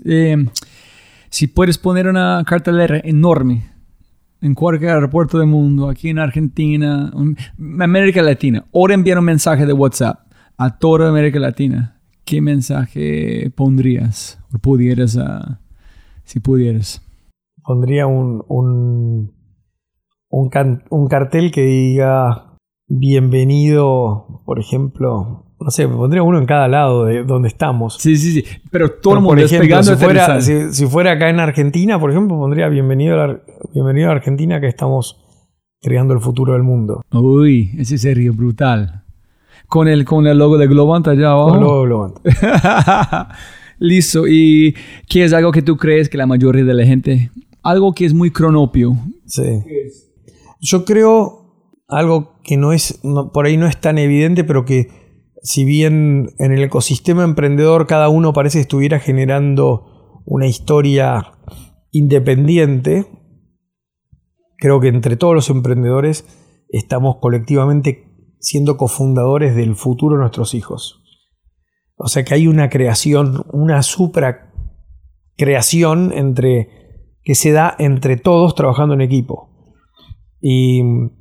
Speaker 1: Si puedes poner una cartelera enorme en cualquier aeropuerto del mundo, aquí en Argentina, América Latina, ahora enviar un mensaje de WhatsApp a toda América Latina, ¿qué mensaje pondrías? O pudieras, si pudieras.
Speaker 5: Pondría un cartel que diga bienvenido, por ejemplo, no sé, pondría uno en cada lado de donde estamos.
Speaker 1: Sí. Pero todo el mundo
Speaker 5: por ejemplo,
Speaker 1: despegando.
Speaker 5: si fuera acá en Argentina, por ejemplo, pondría bienvenido a Argentina, que estamos creando el futuro del mundo.
Speaker 1: Uy, ese sería brutal. Con el logo de Globant allá abajo.
Speaker 5: Con el logo de Globant.
Speaker 1: Listo. ¿Y qué es algo que tú crees que la mayoría de la gente... Algo que es muy cronopio?
Speaker 5: Sí. Yo creo algo que por ahí no es tan evidente, pero que si bien en el ecosistema emprendedor cada uno parece que estuviera generando una historia independiente, creo que entre todos los emprendedores estamos colectivamente siendo cofundadores del futuro de nuestros hijos. O sea que hay una creación, una supra creación que se da entre todos trabajando en equipo. Y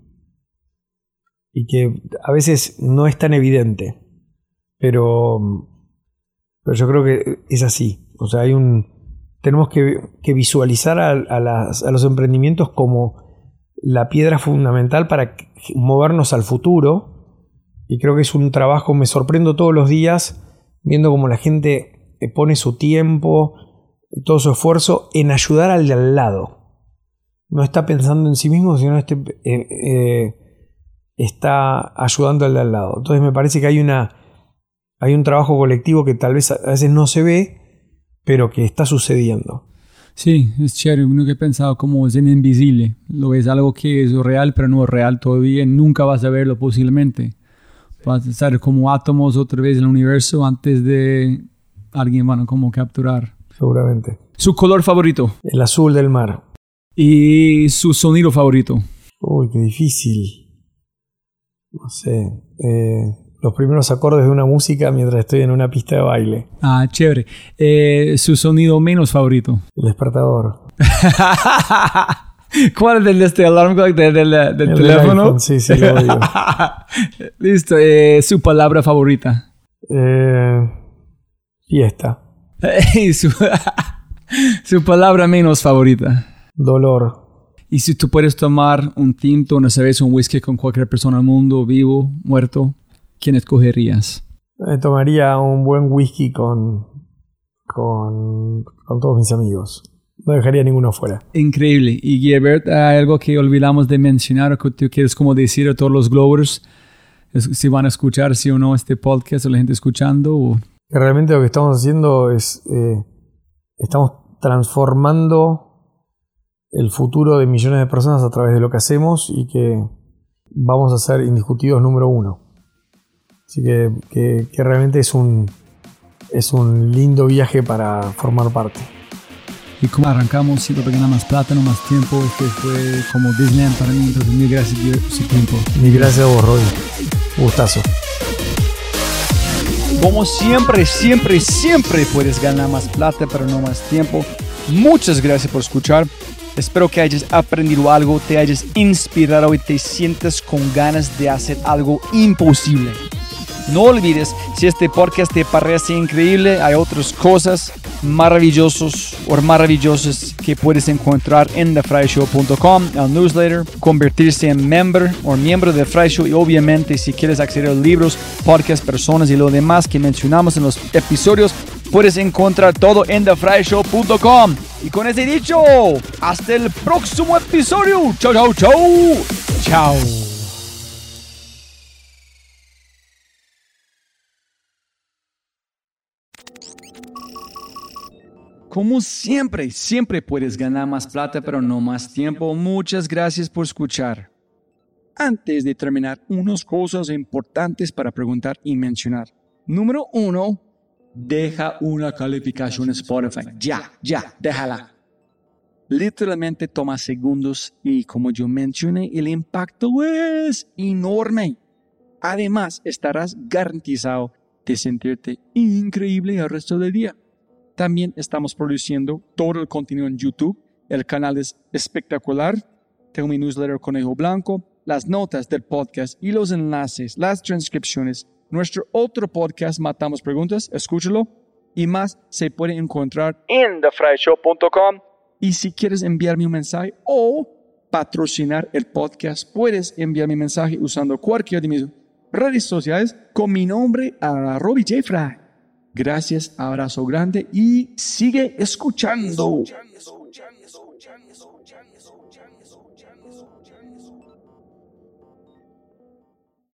Speaker 5: que a veces no es tan evidente, pero yo creo que es así. O sea, tenemos que visualizar a los emprendimientos como la piedra fundamental para movernos al futuro, y creo que es un trabajo, me sorprendo todos los días viendo cómo la gente pone su tiempo y todo su esfuerzo en ayudar al de al lado. No está pensando en sí mismo, sino está ayudando al de al lado. Entonces me parece que hay un trabajo colectivo que tal vez a veces no se ve, pero que está sucediendo.
Speaker 1: Sí, es chévere. Uno que he pensado como es invisible. Lo ves algo que es real, pero no es real todavía. Nunca vas a verlo posiblemente. Vas a estar como átomos otra vez en el universo antes de alguien como capturar.
Speaker 5: Seguramente.
Speaker 1: Su color favorito.
Speaker 5: El azul del mar.
Speaker 1: Y su sonido favorito.
Speaker 5: Uy, qué difícil. No sé. Los primeros acordes de una música mientras estoy en una pista de baile.
Speaker 1: Ah, chévere. Su sonido menos favorito.
Speaker 5: El despertador.
Speaker 1: ¿Cuál es el de este alarm clock del teléfono?
Speaker 5: iPhone, sí, lo oigo.
Speaker 1: Listo. Su palabra favorita.
Speaker 5: Fiesta.
Speaker 1: Y su palabra menos favorita.
Speaker 5: Dolor.
Speaker 1: Y si tú puedes tomar un tinto, una cerveza, un whisky con cualquier persona del mundo, vivo, muerto, ¿quién escogerías?
Speaker 5: Tomaría un buen whisky con todos mis amigos. No dejaría ninguno fuera.
Speaker 1: Increíble. Y Gilbert, hay algo que olvidamos de mencionar o que tú quieres como decir a todos los Globers, si van a escuchar sí o no este podcast o la gente escuchando. O...
Speaker 5: Que realmente lo que estamos haciendo es estamos transformando el futuro de millones de personas a través de lo que hacemos y que vamos a ser indiscutidos número 1. Así que realmente es un lindo viaje para formar parte.
Speaker 1: Y como arrancamos, siempre ganar más plata, no más tiempo. Este fue como Disneyland para mí. Entonces, mil gracias por su tiempo.
Speaker 5: Mil gracias a vos, Roy. Gustazo.
Speaker 1: Como siempre puedes ganar más plata, pero no más tiempo. Muchas gracias por escuchar. Espero que hayas aprendido algo, te hayas inspirado y te sientas con ganas de hacer algo imposible. No olvides, si este podcast te parece increíble, hay otras cosas maravillosas que puedes encontrar en thefryshow.com, el newsletter, convertirse en miembro de Fry Show y obviamente si quieres acceder a libros, podcasts, personas y lo demás que mencionamos en los episodios, puedes encontrar todo en thefryshow.com. Y con ese dicho, hasta el próximo episodio. Chao. Como siempre puedes ganar más plata, pero no más tiempo. Muchas gracias por escuchar. Antes de terminar, unas cosas importantes para preguntar y mencionar. Número 1, deja una calificación en Spotify. Ya, déjala. Literalmente toma segundos y como yo mencioné, el impacto es enorme. Además, estarás garantizado de sentirte increíble el resto del día. También estamos produciendo todo el contenido en YouTube. El canal es espectacular. Tengo mi newsletter Conejo Blanco, las notas del podcast y los enlaces, las transcripciones. Nuestro otro podcast, Matamos Preguntas, escúchalo. Y más se puede encontrar en thefryshow.com. Y si quieres enviarme un mensaje o patrocinar el podcast, puedes enviarme un mensaje usando cualquiera de mis redes sociales con mi nombre a Robbie J. Fry. Gracias, abrazo grande y sigue escuchando.